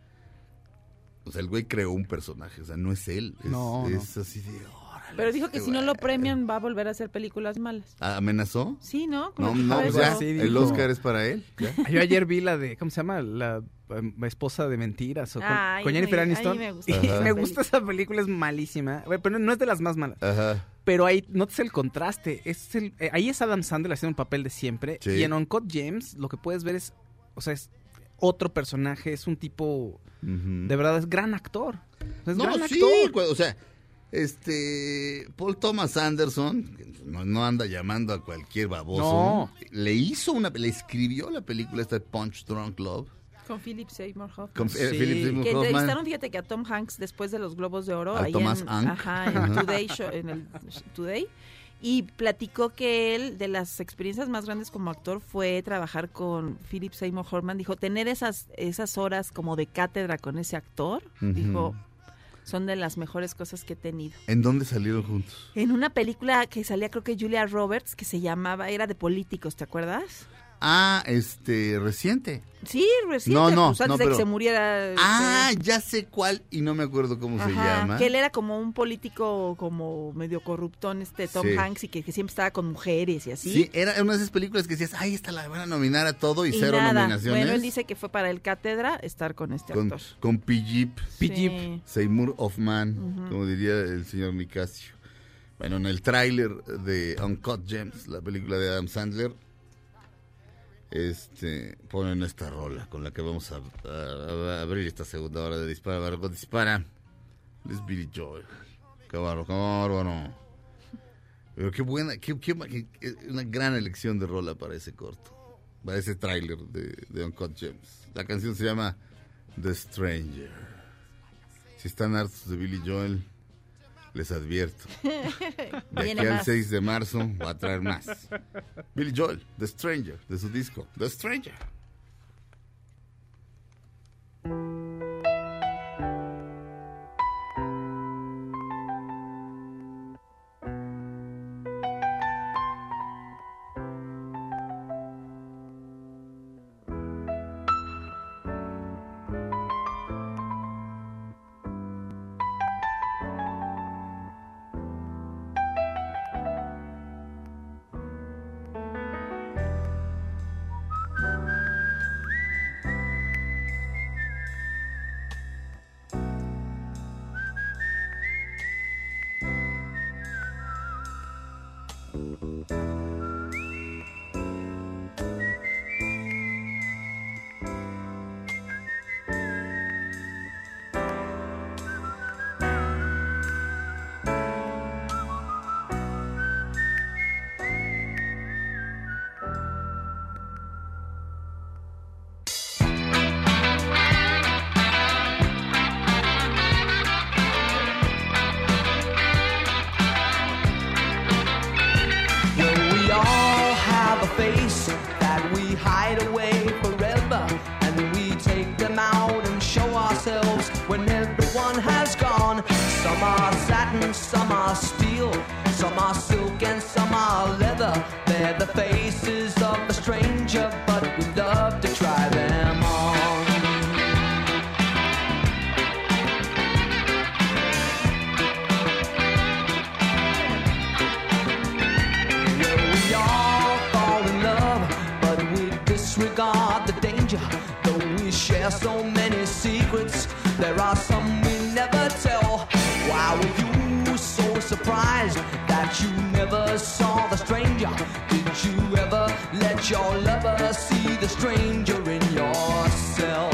O sea, el güey creó un personaje, o sea, no es él. Es, No, no. es así de, órale. Pero dijo que este si no lo güey. premian va a volver a hacer películas malas. ¿Amenazó? Sí, ¿no? Con No, lo que no, fue pues eso. ya, sí, el dijo. Oscar es para él. ya. Yo ayer vi la de, ¿cómo se llama? La eh, esposa de mentiras. O con, Ay, con Jennifer muy- Aniston. ay, me gusta Y esa me película. gusta esa película, es malísima. Bueno, pero no es de las más malas. Ajá. Pero ahí notas el contraste. Es el, eh, ahí es Adam Sandler haciendo un papel de siempre. Sí. Y en Uncut Gems lo que puedes ver es, o sea, es otro personaje, es un tipo, Ujú. de verdad, es gran actor. Es No, gran sí, actor. cu- o sea, este, Paul Thomas Anderson, que no, no anda llamando a cualquier baboso, No. le hizo una, le escribió la película esta de Punch Drunk Love, Con Philip Seymour Hoffman. con Sí. eh, Philip Seymour Que Hoffman. entrevistaron, fíjate que a Tom Hanks después de los Globos de Oro, ¿A ahí Thomas en, Hank? ajá, en Ajá. Today Show, en el Today, y platicó que él, de las experiencias más grandes como actor, fue trabajar con Philip Seymour Hoffman. Dijo, tener esas, esas horas como de cátedra con ese actor, Ujú. dijo, son de las mejores cosas que he tenido. ¿En dónde salieron juntos? En una película que salía, creo que Julia Roberts, que se llamaba, era de políticos, ¿te acuerdas? Ah, este, reciente. Sí, reciente, No, no, pues antes no, de pero- que se muriera. este, Ah, ya sé cuál y no me acuerdo cómo se Ajá, llama. que él era como un político como medio corruptón, este Tom Sí. Hanks, y que, que siempre estaba con mujeres y así. Sí, era una de esas películas que decías, ay, esta la van a nominar a todo y, Y cero nada. nominaciones. Bueno, él dice que fue para el cátedra estar con este con, actor. con P-Jeep. P-Jeep. Sí. Seymour Hoffman, Ujú. como diría el señor Nicasio. Bueno, en el tráiler de Uncut Gems, la película de Adam Sandler, este, ponen esta rola con la que vamos a, a, a abrir esta segunda hora de Dispara, Margot Dispara. Es Billy Joel. Qué bárbaro, qué bárbaro. Pero qué buena, qué, qué, qué, una gran elección de rola para ese corto, para ese tráiler de, de Uncut Gems. La canción se llama The Stranger. Si están hartos de Billy Joel, les advierto, de aquí al seis de marzo va a traer más. Billy Joel, The Stranger, de su disco The Stranger. Some are steel, some are silk, and some are leather. They're the faces of the stranger, but we love to try them on. Well, we all fall in love, but we disregard the danger. Though we share so many secrets, there are some we never tell. Why were you surprised that you never saw the stranger? Did you ever let your lover see the stranger in yourself?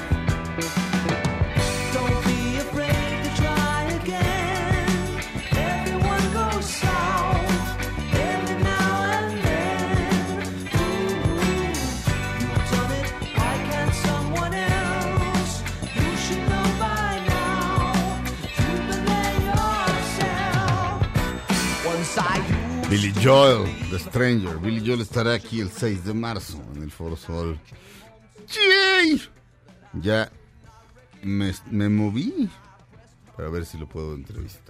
Don't be afraid to try again. Everyone goes south every now and then. Ooh, you've done it, why can't someone else? You should know by now. You've been there yourself. Billy Joel, The Stranger. Billy Joel estará aquí el seis de marzo en el Foro Sol. ¡Yay! Ya me, me moví para ver si lo puedo entrevistar.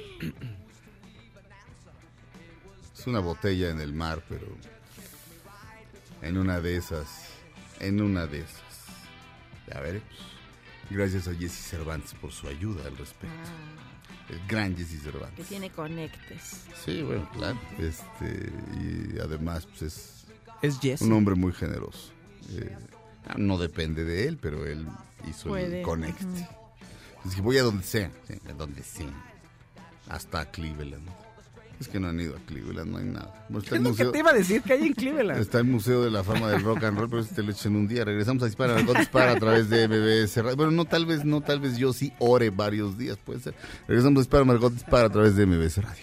Es una botella en el mar, pero en una de esas, en una de esas. Ya veremos. Gracias a Jesse Cervantes por su ayuda al respecto. Ah. El gran Jesse Cervantes. Que tiene conectes. Sí, bueno, claro. Este, y además, pues es, es Jesse. Un hombre muy generoso. Eh, no depende de él, pero él hizo Puede. El conecte. Uh-huh. Es que voy a donde sea, sí, a donde sea. Hasta Cleveland. Es que no han ido a Cleveland, no hay nada. Bueno, ¿Qué es lo museo, que te iba a decir que hay en Cleveland? Está el Museo de la Fama del Rock and Roll, pero si te lo echen un día. Regresamos a Dispara, Margot Dispara a través de M B S Radio. Bueno, no, tal vez no, tal vez yo sí ore varios días, puede ser. Regresamos a Dispara, Margot Dispara a través de M B S Radio.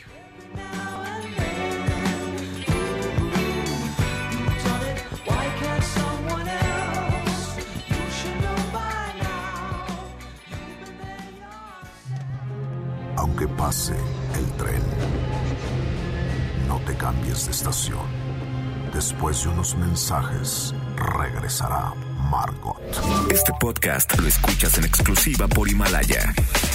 Aunque pase el tren, no te cambies de estación. Después de unos mensajes, regresará Margot. Este podcast lo escuchas en exclusiva por Himalaya.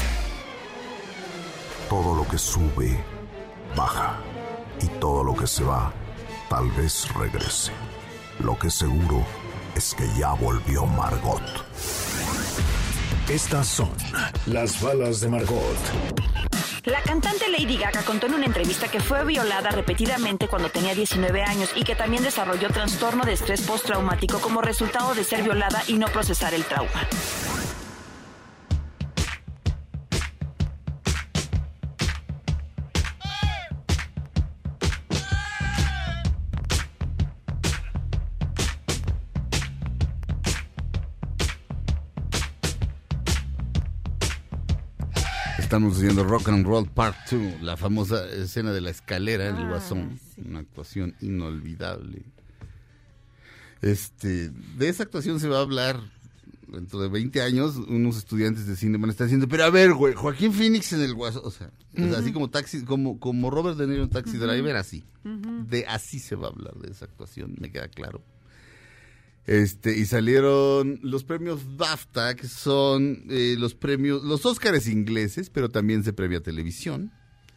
Todo lo que sube, baja. Y todo lo que se va, tal vez regrese. Lo que seguro es que ya volvió Margot. Estas son las balas de Margot. La cantante Lady Gaga contó en una entrevista que fue violada repetidamente cuando tenía diecinueve años y que también desarrolló trastorno de estrés postraumático como resultado de ser violada y no procesar el trauma. Estamos haciendo Rock and Roll Part dos, la famosa escena de la escalera del Ah, Guasón, sí. una actuación inolvidable. Este, de esa actuación se va a hablar dentro de veinte años. Unos estudiantes de cine van a estar diciendo, pero a ver, güey, Joaquín Phoenix en el Guasón, o sea, uh-huh. o sea, así como taxi, como, como Robert De Niro en Taxi uh-huh. Driver, así. Uh-huh. De así se va a hablar de esa actuación, me queda claro. Este, y salieron los premios BAFTA, que son eh, los premios, los Óscares ingleses, pero también se premia televisión.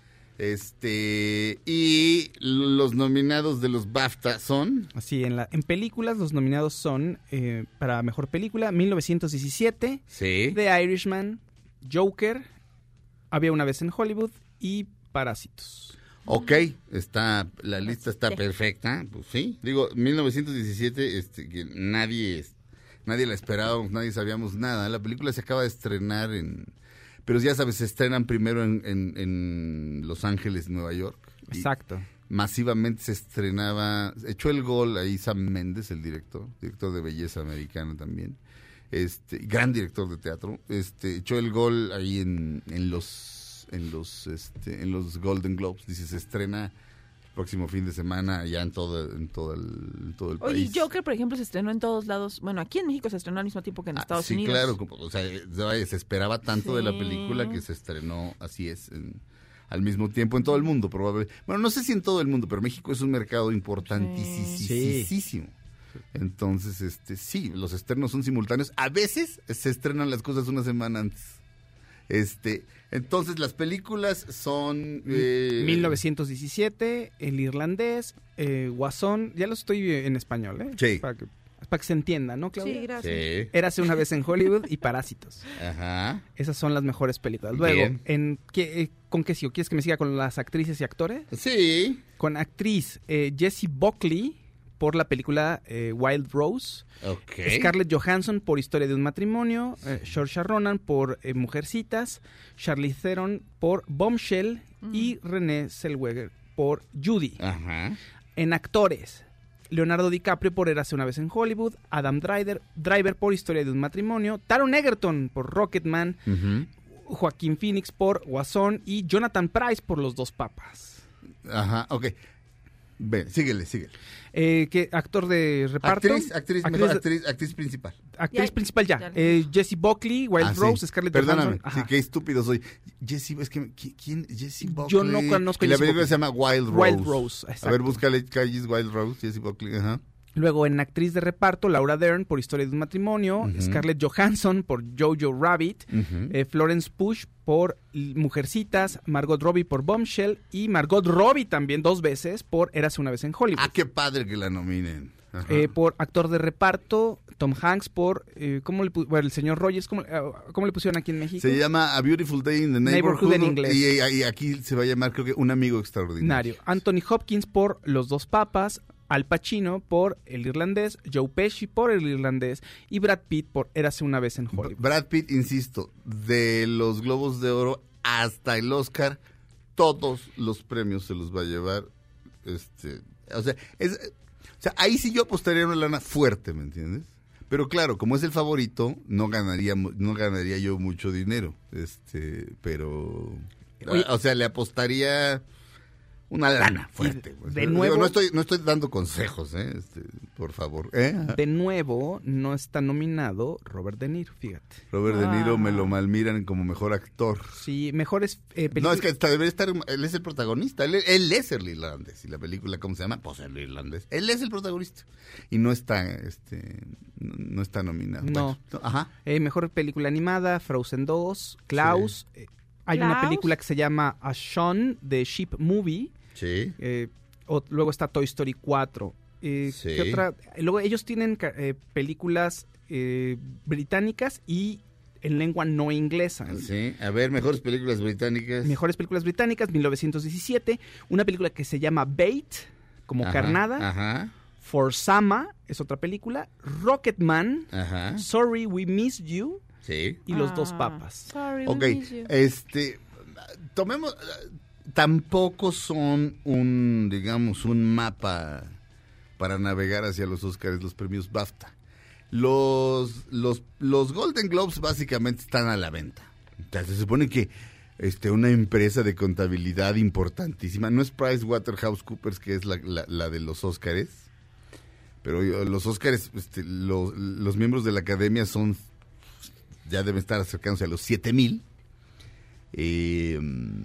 Este, y los nominados de los BAFTA son... Así, en, la, en películas los nominados son, eh, para Mejor Película, mil novecientos diecisiete, sí. The Irishman, Joker, Había una vez en Hollywood y Parásitos. Ok, está, la lista está perfecta, pues sí. Digo, mil novecientos diecisiete, este, que nadie, nadie la esperábamos, nadie sabíamos nada. La película se acaba de estrenar en, pero ya sabes, se estrenan primero en, en, en Los Ángeles, Nueva York. Exacto. Masivamente se estrenaba, echó el gol ahí Sam Mendes, el director, director de belleza americana también, este, gran director de teatro, este, echó el gol ahí en, en los en los este en los Golden Globes. Dice, se estrena el próximo fin de semana ya en todo en todo el, en todo el Oye, país. Oye, Joker, por ejemplo, se estrenó en todos lados. Bueno, aquí en México se estrenó al mismo tiempo que en ah, Estados sí, Unidos. Sí, claro, como, o sea, se esperaba tanto sí. de la película que se estrenó, así es, en, al mismo tiempo en todo el mundo, probablemente. Bueno, no sé si en todo el mundo, pero México es un mercado importantísimo. Sí. Entonces, este, sí, los estrenos son simultáneos. A veces se estrenan las cosas una semana antes. Este, entonces las películas son eh, mil novecientos diecisiete, El Irlandés, eh, Guasón, ya lo estoy en español, ¿eh? Sí. Para que, para que se entienda, ¿no, Claudia? Sí, gracias. Sí. Érase una vez en Hollywood y Parásitos. Ajá. Esas son las mejores películas. Luego, Bien. en ¿qué, eh, ¿con qué sigo? ¿Quieres que me siga con las actrices y actores? Sí. Con actriz eh, Jessie Buckley por la película eh, Wild Rose. Okay. Scarlett Johansson por Historia de un matrimonio, eh, Saoirse Ronan por eh, Mujercitas, Charlize Theron por Bombshell mm. y Renée Zellweger por Judy. Ajá. En actores, Leonardo DiCaprio por Érase una vez en Hollywood, Adam Driver, Driver por Historia de un matrimonio, Taron Egerton por Rocketman, uh-huh. Joaquín Phoenix por Guasón y Jonathan Pryce por Los Dos Papas. Ajá, ok. Ven, síguele, síguele. Eh, ¿qué actor de reparto? Actriz, actriz, actriz, mejor, actriz, actriz principal. Actriz ya, principal ya. ya. Eh, Jessie Buckley, Wild ah, Rose, sí. Scarlett Perdóname, Johansson. sí, qué estúpido soy. Jessie, es que, ¿quién? Jessie Buckley. Yo no conozco y la Jessie película Buckley. se llama Wild Rose. Wild Rose, exacto. A ver, búscale calles Wild Rose, Jessie Buckley, ajá. Luego en actriz de reparto, Laura Dern por Historia de un matrimonio, uh-huh. Scarlett Johansson por Jojo Rabbit, uh-huh. eh, Florence Pugh por Mujercitas, Margot Robbie por Bombshell y Margot Robbie también dos veces por Érase una vez en Hollywood. Ah, qué padre que la nominen. Eh, por actor de reparto, Tom Hanks por, eh, ¿cómo le pu- bueno, el señor Rogers, ¿cómo, uh, ¿cómo le pusieron aquí en México? Se llama A Beautiful Day in the Neighborhood, Neighborhood en inglés. Y, y, y aquí se va a llamar, creo que, Un Amigo Extraordinario. Anthony Hopkins por Los Dos Papas, Al Pacino por El Irlandés, Joe Pesci por El Irlandés y Brad Pitt por Érase una vez en Hollywood. Brad Pitt, insisto, de los Globos de Oro hasta el Oscar, todos los premios se los va a llevar. Este, o sea, es, o sea, ahí sí yo apostaría una lana fuerte, ¿me entiendes? Pero claro, como es el favorito, no ganaría, no ganaría yo mucho dinero. Este, pero, Oye, o sea, le apostaría una lana fuerte. De, de nuevo, no estoy, no estoy dando consejos, ¿eh? Este, por favor. ¿Eh? De nuevo, no está nominado Robert De Niro, fíjate. Robert ah. De Niro me lo malmiran como mejor actor. Sí, mejores eh, películas. No, es que hasta debería estar, él es el protagonista, él, él es el irlandés. Y la película, ¿cómo se llama? Pues el irlandés. Él es el protagonista. Y no está, este, no, no está nominado. No. Bueno, ajá. Eh, mejor película animada, Frozen dos, Klaus. Sí. Eh, hay Klaus. una película que se llama A Shaun de Sheep Movie. Sí. Eh, o, luego está Toy Story cuatro. Eh, sí. ¿Qué otra? Luego ellos tienen eh, películas eh, británicas y en lengua no inglesa. Sí, a ver, mejores películas británicas. Mejores películas británicas, mil novecientos diecisiete. Una película que se llama Bait, como ajá, carnada. Ajá. For Sama, es otra película. Rocketman. Ajá. Sorry We Missed You. Sí. Y Los ah, Dos Papas. Sorry Ok, we miss you. este, tomemos... Tampoco son un, digamos, un mapa para navegar hacia los Óscares, los premios BAFTA. Los, los, los Golden Globes básicamente están a la venta. Entonces, se supone que este, una empresa de contabilidad importantísima. No es PricewaterhouseCoopers, que es la, la, la de los Óscares, pero los Óscares, este, los, los miembros de la academia son, ya deben estar acercándose a los siete mil. Eh,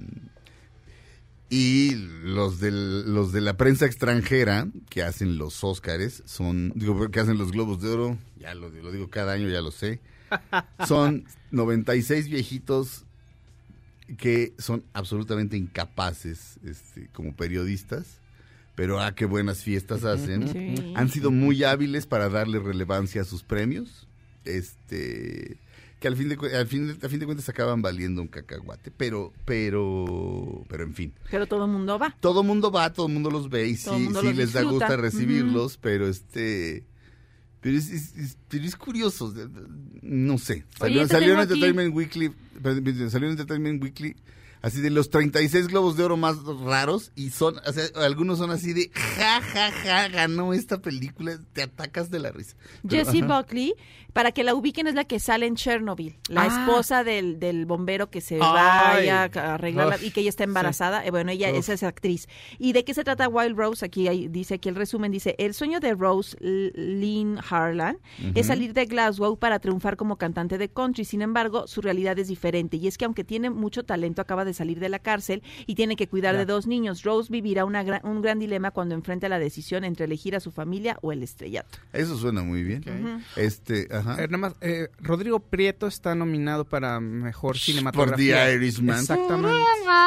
y los, del, los de la prensa extranjera que hacen los Óscares son, digo, que hacen los Globos de Oro, ya lo, lo digo cada año, ya lo sé, son noventa y seis viejitos que son absolutamente incapaces, este, como periodistas, pero ah, qué buenas fiestas hacen. Sí. Han sido muy hábiles para darle relevancia a sus premios, este, que al fin de al fin de, a fin de cuentas acaban valiendo un cacahuate, pero pero pero en fin. Pero todo el mundo va. Todo el mundo va, todo el mundo los ve y todo sí sí les da gusto recibirlos, uh-huh. pero este pero es, es, es, pero es curioso, no sé. Salió, Oye, salió en Entertainment Weekly, salió en Entertainment Weekly así de los treinta y seis Globos de Oro más raros, y son, o sea, algunos son así de ja, ja, ja, ganó esta película, te atacas de la risa. Jessie Buckley, para que la ubiquen, es la que sale en Chernobyl, la ah. esposa del, del bombero que se Ay. vaya a arreglarla Uf. y que ella está embarazada. Sí. Bueno, ella Uf. es esa actriz. ¿Y de qué se trata Wild Rose? Aquí hay, dice aquí el resumen, dice, el sueño de Rose Lynn Harlan uh-huh. es salir de Glasgow para triunfar como cantante de country. Sin embargo, su realidad es diferente, y es que aunque tiene mucho talento, acaba de salir de la cárcel y tiene que cuidar yeah. de dos niños. Rose vivirá una gran, un gran dilema cuando enfrente la decisión entre elegir a su familia o el estrellato. Eso suena muy bien. Okay. Uh-huh. Este, ajá. Eh, nada más, eh, Rodrigo Prieto está nominado para mejor cinematografía. Por The Irishman. Exactamente.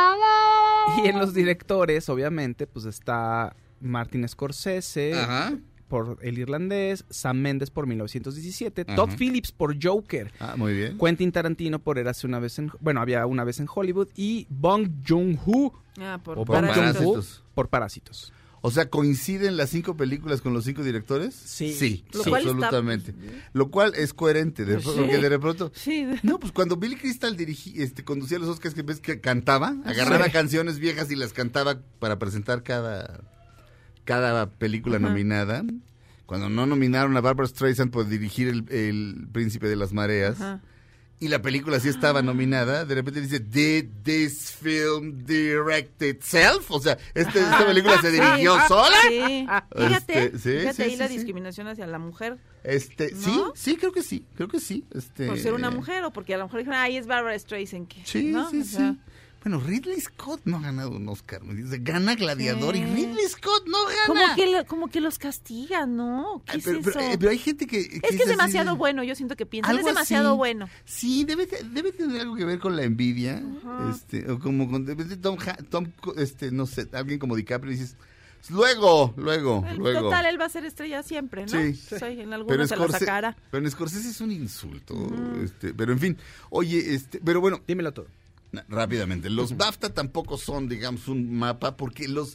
Y en los directores, obviamente, pues está Martin Scorsese. Ajá. Por El Irlandés, Sam Mendes por mil novecientos diecisiete, uh-huh. Todd Phillips por Joker, ah, muy bien. Quentin Tarantino por Érase una vez en, bueno, había una vez en Hollywood, y Bong Joon-ho ah, por, o Bong Joon-ho por Parásitos. O sea, ¿coinciden las cinco películas con los cinco directores? Sí. Sí, Lo sí cual absolutamente. Está... Lo cual es coherente, de, sí. porque de pronto... Sí. No, pues cuando Billy Crystal dirigí, este, conducía los Oscars, que ves que cantaba, agarraba sí. canciones viejas y las cantaba para presentar cada, cada película uh-huh. nominada. Cuando no nominaron a Barbra Streisand por dirigir el, el Príncipe de las Mareas, ajá. y la película sí estaba nominada, de repente dice, ¿Did this film direct itself? O sea, este, esta película se dirigió sí. sola. Sí. Fíjate, este, sí, fíjate sí, ahí sí, la sí. discriminación hacia la mujer. Este, ¿no? sí, sí, creo que sí, creo que sí. Este... Por ser una mujer, o porque a lo mejor dijeron, ay, es Barbra Streisand. ¿Qué? Sí, ¿no? sí, o sea, sí. Bueno, Ridley Scott no ha ganado un Oscar. Me dice, gana Gladiador sí. y Ridley Scott no gana. Como que, lo, como que los castigan, ¿no? ¿Qué Ay, pero, es pero, eso? Eh, pero hay gente que... que es que es, es demasiado de... bueno, yo siento que piensan, es demasiado así. bueno. Sí, debe, debe tener algo que ver con la envidia. Uh-huh. este O como con Tom, Tom, este no sé, alguien como DiCaprio, dices... Luego, luego, el, luego. Total, él va a ser estrella siempre, ¿no? Sí. Soy, en algunos se la sacara. Pero en Scorsese es un insulto. Uh-huh. este Pero en fin, oye, este pero bueno... Dímelo todo. Rápidamente, los BAFTA tampoco son, digamos, un mapa, porque los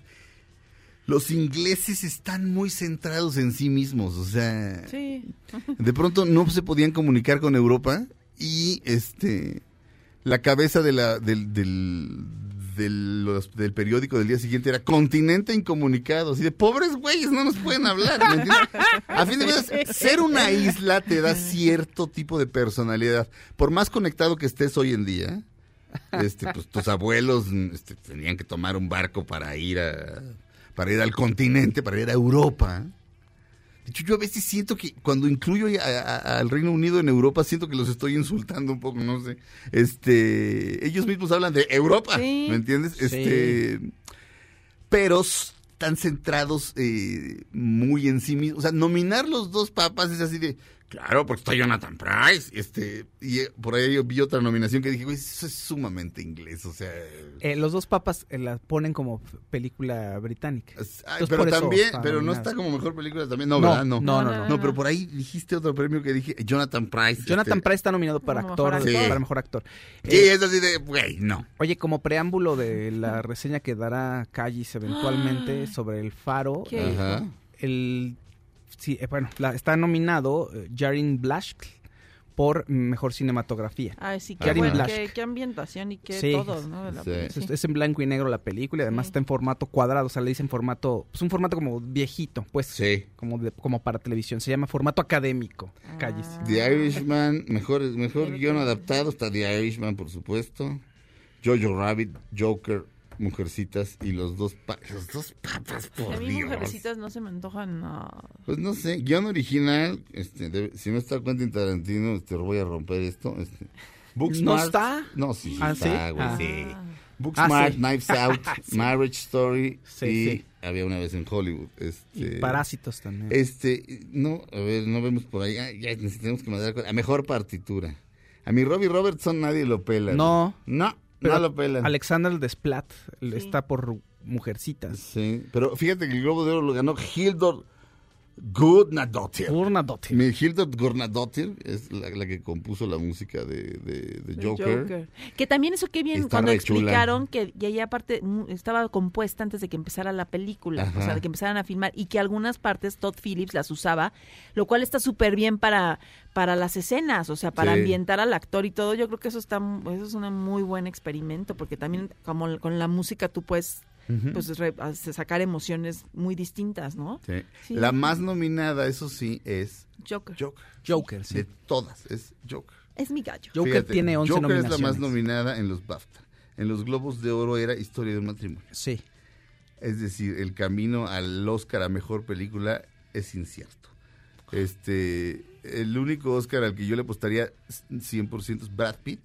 los ingleses están muy centrados en sí mismos, o sea, sí. de pronto no se podían comunicar con Europa, y este la cabeza de la del del, del, los, del periódico del día siguiente era Continente Incomunicado, así de pobres güeyes, no nos pueden hablar, ¿me entiendes? A fin de cuentas, ser una isla te da cierto tipo de personalidad, por más conectado que estés hoy en día. Este, pues tus abuelos este, tenían que tomar un barco para ir a para ir al continente, para ir a Europa. De hecho, yo a veces siento que cuando incluyo a, a, al Reino Unido en Europa, siento que los estoy insultando un poco, no sé. Este, ellos mismos hablan de Europa, sí. ¿me entiendes? Este, sí. Pero están centrados eh, muy en sí mismos. O sea, nominar los dos papas es así de... Claro, porque está Jonathan Pryce, este, y eh, por ahí yo vi otra nominación que dije, güey, eso es sumamente inglés, o sea... Eh, los dos papas eh, la ponen como película británica. Ay, pero también, pero no está como mejor película también, no, no ¿verdad? No. No, no, no, no. No, pero por ahí dijiste otro premio que dije, Jonathan Pryce. Jonathan este... Pryce está nominado para como actor, mejor sí. actor. para mejor actor. Sí, eh, es así de, güey, no. Oye, como preámbulo de la reseña que dará Callis eventualmente sobre El Faro, Ajá. el... Sí, eh, bueno, la, está nominado uh, Jarin Blaschke por mejor cinematografía. Ay, sí, qué, bueno, qué, qué ambientación y qué sí, todo, ¿no? De la sí. es, es en blanco y negro la película, y además sí. está en formato cuadrado, o sea, le dicen formato, pues un formato como viejito, pues, sí. como de, como para televisión, se llama formato académico, ah. Calles. The Irishman, mejor, mejor guión adaptado, está The Irishman, por supuesto. Jojo Rabbit, Joker, Mujercitas y los dos, pa- los dos papas, por A mí Dios. Mujercitas no se me antojan nada. Pues no sé, guión original, este, debe- si no está Quentin Tarantino, este, voy a romper esto. Este, Booksmart. ¿No está? No, sí, sí ¿Ah, está, sí? güey, Ah. sí. Booksmart, Ah, sí. Knives Out, Sí. Marriage Story Sí, y sí. Había una vez en Hollywood. Este, Y Parásitos también. Este, no, a ver, no vemos por ahí. Ah, ya necesitamos que mandar a mejor partitura. A mi Robbie Robertson nadie lo pela. No. güey. No, Pero no lo pelan. Alexander Desplat está por Mujercitas. Sí, pero fíjate que el Globo de Oro lo ganó Hildur Gudnadottir. Gudnadottir. Mi Hildur Gudnadottir es la, la que compuso la música de, de, de El Joker. Joker. Que también eso qué bien Está cuando re chula. explicaron que ya ya aparte mm, estaba compuesta antes de que empezara la película, Ajá. o sea, de que empezaran a filmar y que algunas partes Todd Phillips las usaba, lo cual está súper bien para para las escenas, o sea, para Sí. ambientar al actor y todo. Yo creo que eso está eso es un muy buen experimento porque también como con la música tú puedes Ujú. pues re- sacar emociones muy distintas, ¿no? Sí. Sí. La más nominada, eso sí, es Joker. Joker. Joker, sí. De todas, es Joker. Es mi gallo. Joker Fíjate, tiene once Joker es la nominaciones. más nominada en los BAFTA. En los Globos de Oro era Historia de un matrimonio. Sí. Es decir, el camino al Oscar a Mejor Película es incierto. Este, el único Oscar al que yo le apostaría cien por ciento es Brad Pitt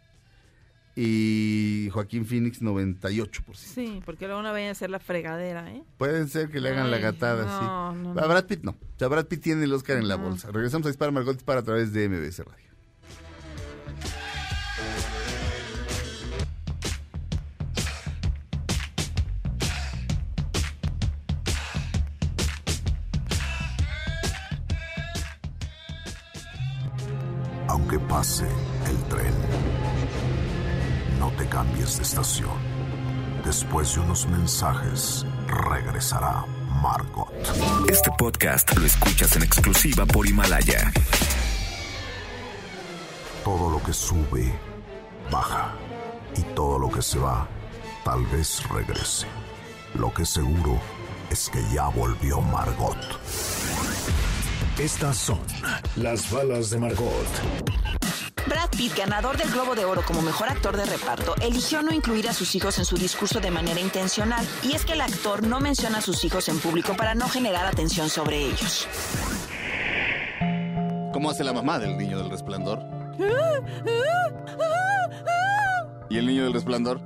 y Joaquín Phoenix noventa y ocho por ciento. Sí, porque luego no vayan a hacer la fregadera, ¿eh? Pueden ser que le hagan la Ay, gatada, no, sí. no, no. A Brad Pitt no. O sea, Brad Pitt tiene el Oscar en la Ujú. bolsa. Regresamos a Dispara Margot Dispara a través de M B S Radio. Aunque pase el tren, no te cambies de estación. Después de unos mensajes, regresará Margot. Este podcast lo escuchas en exclusiva por Himalaya. Todo lo que sube, baja. Y todo lo que se va, tal vez regrese. Lo que seguro es que ya volvió Margot. Estas son las balas de Margot. Brad Pitt, ganador del Globo de Oro como mejor actor de reparto, eligió no incluir a sus hijos en su discurso de manera intencional. Y es que el actor no menciona a sus hijos en público para no generar atención sobre ellos. ¿Cómo hace la mamá del niño del resplandor? ¿Y el niño del resplandor?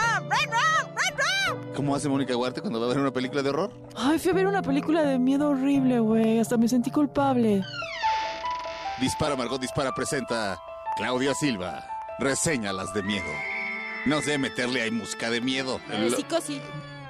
¿Cómo hace Mónica Huarte cuando va a ver una película de horror? Ay, fui a ver una película de miedo horrible, güey. Hasta me sentí culpable. Dispara Margot Dispara presenta Claudia Silva. Reséñalas de miedo. No sé, meterle ahí música de miedo. Psicosis.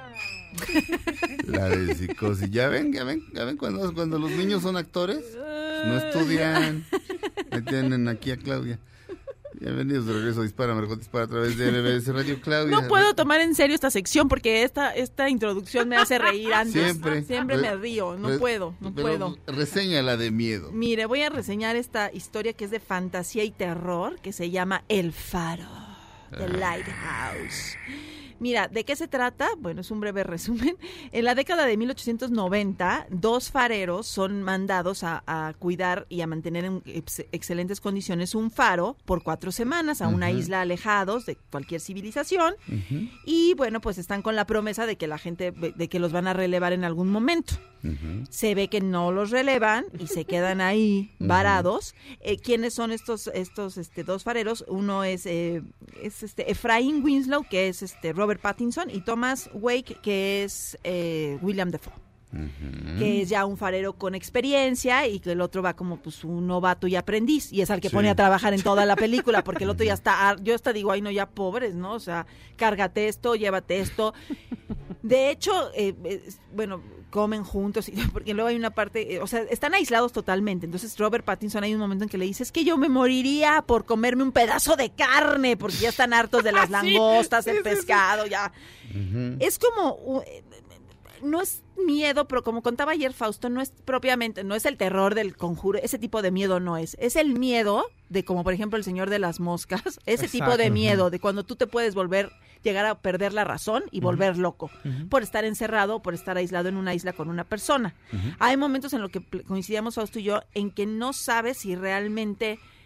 La de psicosis. Ya ven, ya ven, ya ven cuando, cuando los niños son actores, no estudian. Me tienen aquí a Claudia. Bienvenidos de regreso a Dispara Margot Dispara a través de M B S Radio. Claudia. No puedo tomar en serio esta sección porque esta esta introducción me hace reír antes. Siempre. Siempre Re- me río. No re- puedo, no pero puedo. Reséñala de miedo. Mire, voy a reseñar esta historia que es de fantasía y terror, que se llama El Faro, The Lighthouse. Mira, ¿de qué se trata? Bueno, es un breve resumen. En la década de mil ochocientos noventa, dos fareros son mandados a, a cuidar y a mantener en ex- excelentes condiciones un faro por cuatro semanas a una Ujú. isla alejados de cualquier civilización. Y bueno, pues están con la promesa de que la gente, de que los van a relevar en algún momento. Se ve que no los relevan y se quedan ahí varados. Eh, ¿Quiénes son estos estos este, dos fareros? Uno es, eh, es este Efraín Winslow, que es este Robert Pattinson, y Thomas Wake, que es eh, William Dafoe. Que es ya un farero con experiencia y que el otro va como pues un novato y aprendiz y es al que Sí. pone a trabajar en toda la película porque el otro ya está, har- yo hasta digo, ay no, ya pobres, ¿no? O sea, cárgate esto, llévate esto. De hecho, eh, eh, bueno, comen juntos, y- porque luego hay una parte, eh, o sea, están aislados totalmente. Entonces Robert Pattinson hay un momento en que le dice, es que yo me moriría por comerme un pedazo de carne porque ya están hartos de las Sí, langostas, sí, el sí, sí. pescado, ya. Es como... uh, eh, no es miedo, pero como contaba ayer Fausto, no es propiamente, no es el terror del Conjuro, ese tipo de miedo no es. Es el miedo de, como por ejemplo el Señor de las Moscas, ese Exacto. tipo de miedo, Ujú. de cuando tú te puedes volver, llegar a perder la razón y volver loco, por estar encerrado, por estar aislado en una isla con una persona. Hay momentos en los que pl- coincidíamos Fausto y yo en que no sabes si realmente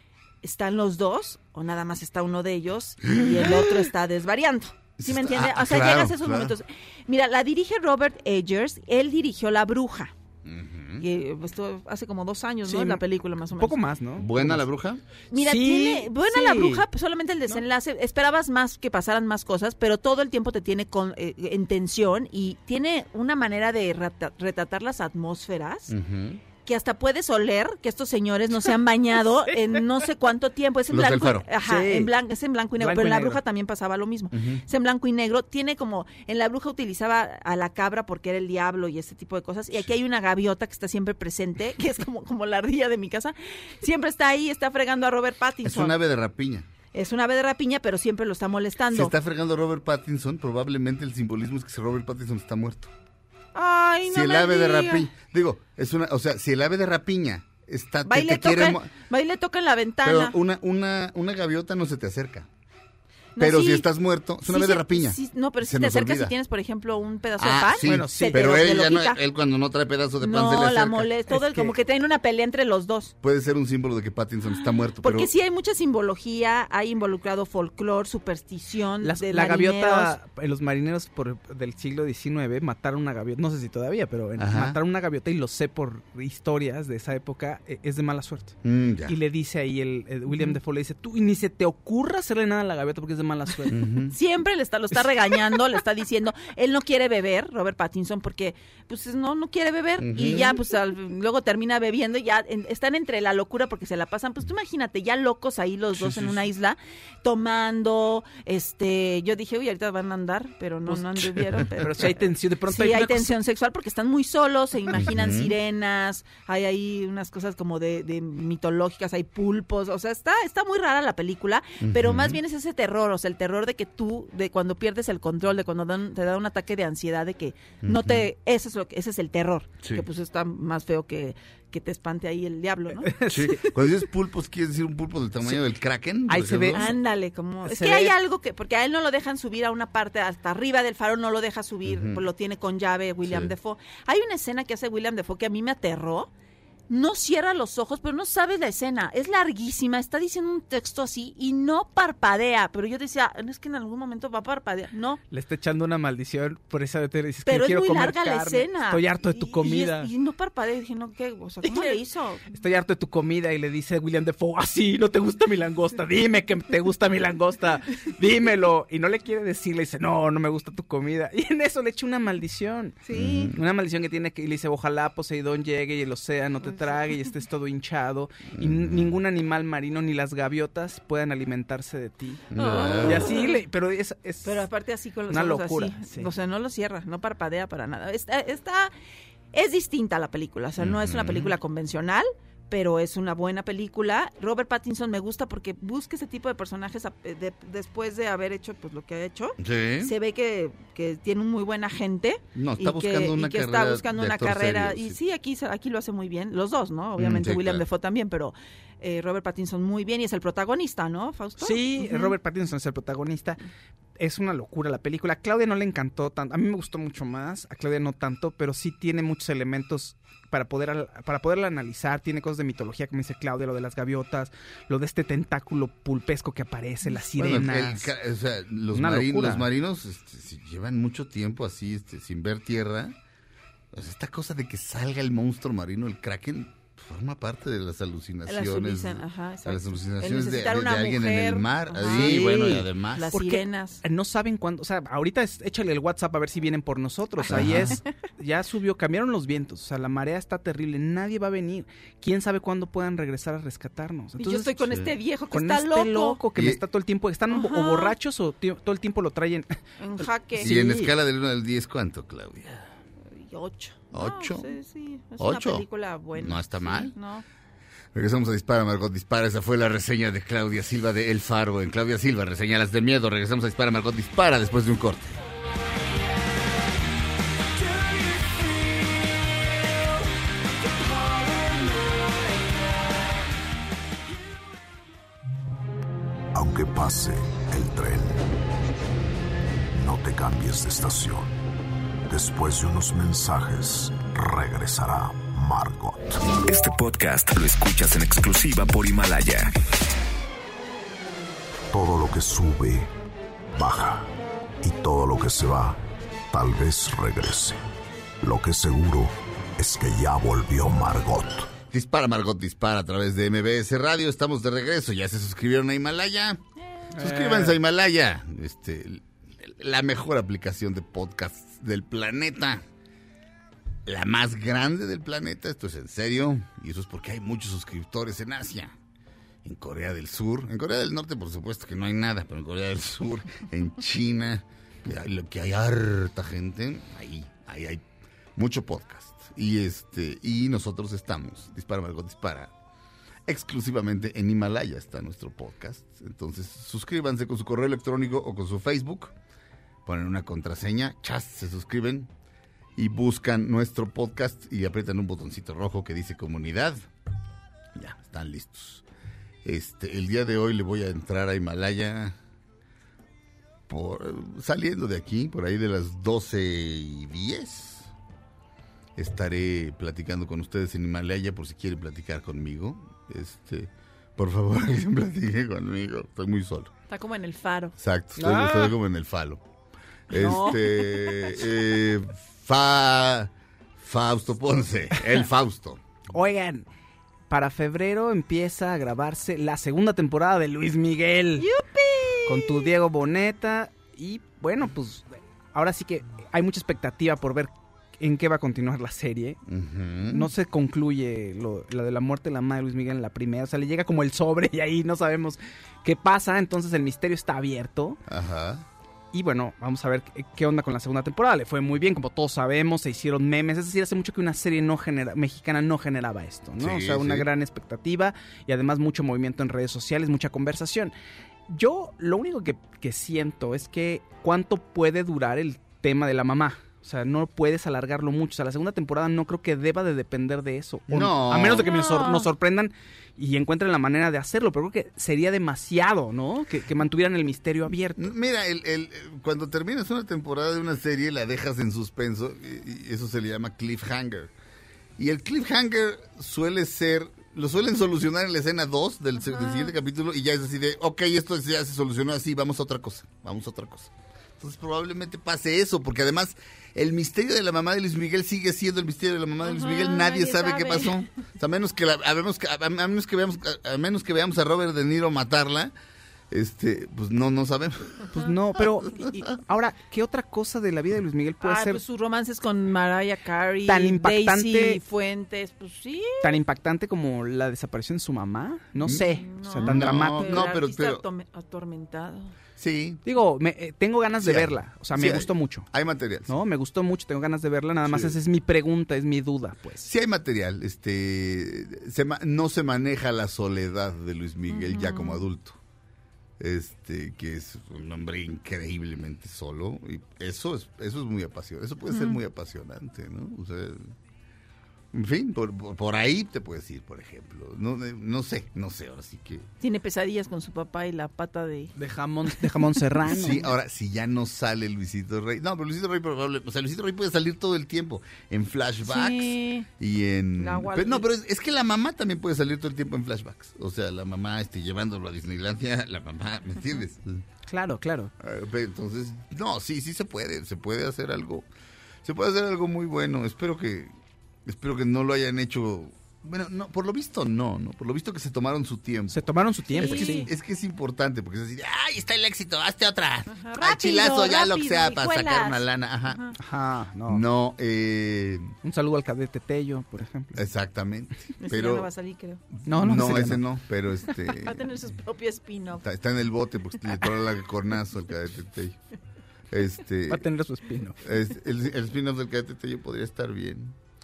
¿están los dos o nada más está uno de ellos y el otro está desvariando? ¿Sí me entiende? Ah, o sea, claro, llegas a esos claro. momentos. Mira, la dirige Robert Eggers, él dirigió La Bruja. Y esto hace como dos años, Sí, ¿no? La película más o Un menos. poco más, ¿no? ¿Buena la bruja? Mira, Sí, tiene buena sí. La Bruja, pues, solamente el desenlace. Esperabas más que pasaran más cosas, pero todo el tiempo te tiene con, eh, en tensión y tiene una manera de reta- retratar las atmósferas. Ujú. Que hasta puedes oler que estos señores no se han bañado en no sé cuánto tiempo. Es en Los del blanco, Faro. ajá, Sí. en blanco, es en blanco y negro. Blanco pero y en La negro. Bruja también pasaba lo mismo. Es en blanco y negro. Tiene como, en La Bruja utilizaba a la cabra porque era el diablo y ese tipo de cosas. Y aquí hay una gaviota que está siempre presente, que es como, como la ardilla de mi casa. Siempre está ahí, está fregando a Robert Es Pattinson. un ave de rapiña. Es un ave de rapiña, pero siempre lo está molestando. Si está fregando a Robert Pattinson, probablemente el simbolismo es que Robert Pattinson está muerto. Ay, no si el me ave de digas. rapiña, digo, es una, o sea, si el ave de rapiña está, Va te, y le te quiere, toca, mo- va y le toca en la pero ventana. una, una, una gaviota no se te acerca. No, Pero sí. si estás muerto, es una Sí, ave de sí, rapiña. sí, no, pero si Se te nos acercas olvida. y tienes, por ejemplo, un pedazo de Ah, pan, sí, Bueno, se te pero lo- él te lo ya no, quita. él cuando no trae pedazo de pan se le No, la acerca. molesta. Todo Es el- como que- que tienen una pelea entre los dos. Puede ser un símbolo de que Pattinson está muerto, Porque pero sí hay mucha simbología, hay involucrado folclore, superstición, Las- de la marineros. gaviota, eh, los marineros por, del siglo diecinueve mataron una gaviota, no sé si todavía, pero en- Ajá. mataron una gaviota y lo sé por historias de esa época, eh, es de mala suerte. Mm, ya. Y le dice ahí, el, el William Dafoe le dice, tú y ni se te ocurra hacerle nada a la gaviota porque es de mala suerte. Siempre le está, lo está regañando, le está diciendo, él no quiere beber, Robert Pattinson, porque pues no, no quiere beber. Y ya, pues al- luego termina bebiendo y ya en- están entre la locura porque se la pasan. Pues tú imagínate, ya locos ahí los dos en una isla, tomando, este, yo dije, uy, ahorita van a andar, pero no, no anduvieron. Pero, Pero sí hay tensión, de pronto sí, hay hay una cosa- tensión sexual porque están muy solos, se imaginan sirenas, hay ahí unas cosas como de, de mitológicas, hay pulpos, o sea, está, está muy rara la película, pero más bien es ese terror, o sea, el terror de que tú, de cuando pierdes el control, de cuando dan- te da un ataque de ansiedad, de que no te, ese es lo que, ese es el terror, Sí. que pues está más feo que, que te espante ahí el diablo, ¿no? Sí. Cuando dices pulpos, ¿quieres decir un pulpo del tamaño del kraken? por Ahí se ve- ejemplo? Ándale, como es Se que ve- hay algo que porque a él no lo dejan subir a una parte hasta arriba del faro, no lo deja subir, Ujú. pues lo tiene con llave William Sí. Dafoe. Hay una escena que hace William Dafoe que a mí me aterró. No cierra los ojos, pero no sabes la escena. Es larguísima, está diciendo un texto así y no parpadea. Pero yo decía, "No, es que en algún momento va a parpadear". No, Le está echando una maldición por esa vez. Dices pero que es quiero muy comer larga la carne. escena. Estoy harto de Y- tu y es- comida. Y, no parpadea. Dije, no, ¿qué? O sea, ¿cómo le hizo? Estoy harto de tu comida y le dice William Dafoe, ah, sí, no te gusta mi langosta, dime que te gusta mi langosta, dímelo. Y no le quiere decir, le dice, no, no me gusta tu comida. Y en eso le echa una maldición. Sí. Una maldición que tiene que, y le dice, ojalá Poseidón llegue y el océano te trague y estés todo hinchado y n- ningún animal marino ni las gaviotas puedan alimentarse de ti. Ah. Y así, le, pero es, es Pero aparte así con los una ojos locura, así. sí. O sea, no lo cierra, no parpadea para nada. Está, está, es distinta la película. O sea, no es una película convencional, pero es una buena película. Robert Pattinson me gusta porque busca ese tipo de personajes a- de- después de haber hecho pues lo que ha hecho. Sí. Se ve que, que tiene un muy buen agente. No, está y que- buscando una y que carrera está buscando de una actor carrera. serio, y sí. sí, aquí, se- aquí lo hace muy bien. Los dos, ¿no? Obviamente sí, William claro. Dafoe también, pero eh, Robert Pattinson muy bien y es el protagonista, ¿no, Fausto? Sí, Ujú. Robert Pattinson es el protagonista. Es una locura la película. A Claudia no le encantó tanto. A mí me gustó mucho más. A Claudia no tanto, pero sí tiene muchos elementos para poder al- para poderla analizar. Tiene cosas de mitología, como dice Claudia, lo de las gaviotas, lo de este tentáculo pulpesco que aparece, las Bueno, el- sirenas. el ca- o sea, los, Una mari- locura. los marinos este, si llevan mucho tiempo así, este, sin ver tierra. O sea, esta cosa de que salga el monstruo marino, el kraken, forma parte de las alucinaciones. Las alucin- ajá, de exacto. las El alucinaciones de, necesitar de- una de alguien en mujer, el mar. ajá. Sí, Sí. bueno, y además. Las Porque sirenas. no saben cuándo, o sea, ahorita es- échale el WhatsApp a ver si vienen por nosotros. Ahí es, ya subió, cambiaron los vientos, o sea, la marea está terrible, nadie va a venir. ¿Quién sabe cuándo puedan regresar a rescatarnos? Y yo Entonces, estoy con sí. este viejo que con está este loco. que Y- me está todo el tiempo, están o Ajá. borrachos o ti- todo el tiempo lo traen. En jaque. Y en escala del uno al diez, ¿cuánto, Claudia? Y ocho. ¿Ocho? No, sí, sí. Es ¿Ocho? una película buena. No está Sí, mal. No. Regresamos a Dispara, Margot Dispara. Esa fue la reseña de Claudia Silva de El Faro. En Claudia Silva, reseñalas de miedo. Regresamos a Dispara, Margot Dispara después de un corte. Aunque pase el tren, no te cambies de estación. Después de unos mensajes, regresará Margot. Este podcast lo escuchas en exclusiva por Himalaya. Todo lo que sube, baja. Y todo lo que se va, tal vez regrese. Lo que seguro es que ya volvió Margot. Dispara, Margot, dispara a través de M B S Radio. Estamos de regreso. ¿Ya se suscribieron a Himalaya? Eh. Suscríbanse a Himalaya. Este, la mejor aplicación de podcasts del planeta. La más grande del planeta. Esto es en serio. Y eso es porque hay muchos suscriptores en Asia. En Corea del Sur. En Corea del Norte, por supuesto que no hay nada. Pero en Corea del Sur, en China, lo que hay harta gente. Ahí, ahí hay mucho podcast. Y este y nosotros estamos, Dispara Margot Dispara, exclusivamente en Himalaya está nuestro podcast. Entonces suscríbanse con su correo electrónico o con su Facebook, ponen una contraseña, chas, se suscriben y buscan nuestro podcast y aprietan un botoncito rojo que dice comunidad. Ya, están listos. Este, el día de hoy le voy a entrar a Himalaya por, saliendo de aquí, por ahí de las doce y diez. Estaré platicando con ustedes en Himalaya por si quieren platicar conmigo. Este, por favor, alguien platique conmigo. Estoy muy solo. Está como en el faro. Exacto, estoy, ah. estoy como en el falo. No. Este, eh, fa, Fausto Ponce, el Fausto. Oigan, para febrero empieza a grabarse la segunda temporada de Luis Miguel. ¡Yupi! Con tu Diego Boneta. Y bueno, pues ahora sí que hay mucha expectativa por ver en qué va a continuar la serie. Uh-huh. No se concluye lo, la de la muerte de la madre de Luis Miguel en la primera. O sea, le llega como el sobre y ahí no sabemos qué pasa. Entonces el misterio está abierto. Ajá. Y bueno, vamos a ver qué, qué onda con la segunda temporada. Le fue muy bien, como todos sabemos, se hicieron memes. Es decir, hace mucho que una serie no genera, mexicana no generaba esto, ¿no? Sí, o sea, una sí. gran expectativa y además mucho movimiento en redes sociales, mucha conversación. Yo lo único que, que siento es que cuánto puede durar el tema de la mamá. O sea, no puedes alargarlo mucho. O sea, la segunda temporada no creo que deba de depender de eso. O, no. A menos de que no. nos, sor- nos sorprendan y encuentren la manera de hacerlo. Pero creo que sería demasiado, ¿no? Que, que mantuvieran el misterio abierto. Mira, el, el, cuando terminas una temporada de una serie, la dejas en suspenso. Y, y eso se le llama cliffhanger. Y el cliffhanger suele ser... Lo suelen solucionar en la escena dos del, del siguiente capítulo. Y ya es así de, ok, esto ya se solucionó así, vamos a otra cosa. Vamos a otra cosa. Entonces probablemente pase eso, porque además el misterio de la mamá de Luis Miguel sigue siendo el misterio de la mamá de Luis Miguel. Ajá, nadie, nadie sabe, sabe qué pasó. O sea, a menos que, la, a, menos que, a, a menos que veamos a, a menos que veamos a Robert De Niro matarla, este, pues no, no sabemos. Pues no, pero y, y, ahora, ¿qué otra cosa de la vida de Luis Miguel puede ah, ser? Pues sus romances con Mariah Carey, tan impactante, Daisy Fuentes, pues sí. Tan impactante como la desaparición de su mamá, no sé, no, o sea, tan no, dramático. No, pero, pero atormentado. Sí. Digo, me, eh, tengo ganas de sí, verla, o sea, me sí gustó hay, mucho. Hay material. No, me gustó mucho, tengo ganas de verla, nada más sí. Esa es mi pregunta, es mi duda, pues. Sí hay material, este, se, no se maneja la soledad de Luis Miguel uh-huh. ya como adulto. Este, que es un hombre increíblemente solo, y eso es, eso es muy apasionante, eso puede uh-huh. ser muy apasionante, ¿no? O sea, en fin, por, por, por ahí te puedes ir, por ejemplo. No, no sé, no sé, ahora sí que... Tiene pesadillas con su papá y la pata de... De jamón, de jamón serrano. Sí, ahora, si ya no sale Luisito Rey... No, pero Luisito Rey probablemente... O sea, Luisito Rey puede salir todo el tiempo en flashbacks sí. y en... Pero, no, pero es, es que la mamá también puede salir todo el tiempo en flashbacks. O sea, la mamá este, llevándolo a Disneylandia, la mamá, ¿me entiendes? Claro, claro. Entonces, no, sí, sí se puede. Se puede hacer algo... Se puede hacer algo muy bueno. Espero que... Espero que no lo hayan hecho... Bueno, no, por lo visto no, ¿no? Por lo visto que se tomaron su tiempo. Se tomaron su tiempo, es que, sí. Es que es importante, porque es así, ¡ay, está el éxito! ¡Hazte otra! Ajá, ¡Al chilazo! Ya rápido, lo que sea para hijuelas. sacar una lana. Ajá. Ajá, Ajá no. No, eh... Un saludo al cadete Tello, por ejemplo. Exactamente. Ese pero... ya no va a salir, creo. No, no, no ese no. no, pero este... Va a tener sus propios spin-off. Está, está en el bote, porque le torna la cornazo al cadete Tello. Este... Va a tener su spin-off. Es, el, el spin-off del cadete Tello podría estar bien.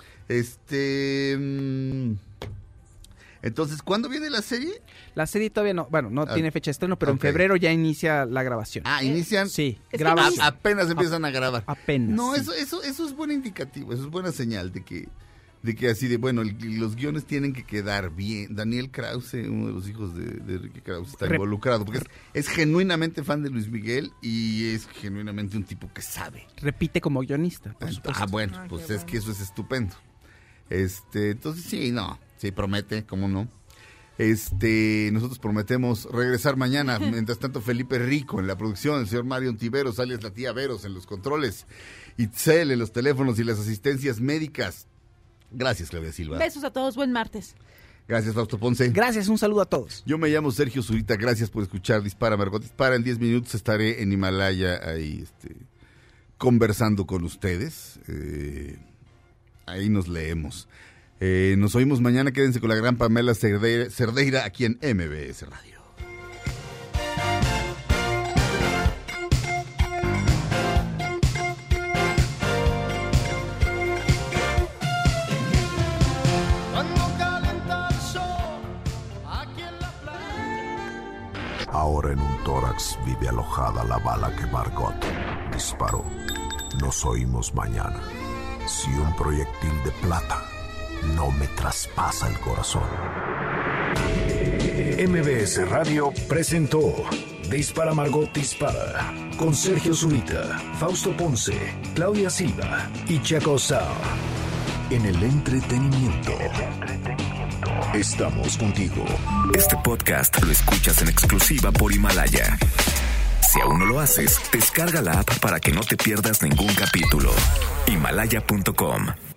Este... Mmm, entonces, ¿cuándo viene la serie? La serie todavía no, bueno, no ah, tiene fecha de estreno, pero okay. en febrero ya inicia la grabación. Ah, ¿inician? Sí, graban. A, apenas empiezan a, a grabar. Apenas. No, sí. eso, eso, eso es buen indicativo, eso es buena señal de que, de que así de, bueno, el, los guiones tienen que quedar bien. Daniel Krause, uno de los hijos de, de Enrique Krause, está Rep- involucrado, porque es, es genuinamente fan de Luis Miguel y es genuinamente un tipo que sabe. Repite como guionista, por supuesto. Ah, bueno, ah, pues es bueno. Que eso es estupendo. Este, entonces sí, no, sí, promete, ¿cómo no? Este, nosotros prometemos regresar mañana. Mientras tanto, Felipe Rico en la producción, el señor Mario Ontiveros, alias la tía Veros en los controles, Itzel en los teléfonos y las asistencias médicas. Gracias, Claudia Silva. Besos a todos, buen martes. Gracias, Fausto Ponce. Gracias, un saludo a todos. Yo me llamo Sergio Zurita, gracias por escuchar Dispara, Margot Dispara. En diez minutos estaré en Himalaya ahí, este, conversando con ustedes. Eh, ahí nos leemos. Eh, nos oímos mañana, quédense con la gran Pamela Cerdeira, Cerdeira aquí en M B S Radio. Ahora en un tórax vive alojada la bala que Margot disparó. Nos oímos mañana. Si un proyectil de plata no me traspasa el corazón. M B S Radio presentó Dispara, Margot Dispara con Sergio Zurita, Fausto Ponce, Claudia Silva y Chaco Sao. En el entretenimiento. Estamos contigo. Este podcast lo escuchas en exclusiva por Himalaya. Si aún no lo haces, descarga la app para que no te pierdas ningún capítulo. Himalaya punto com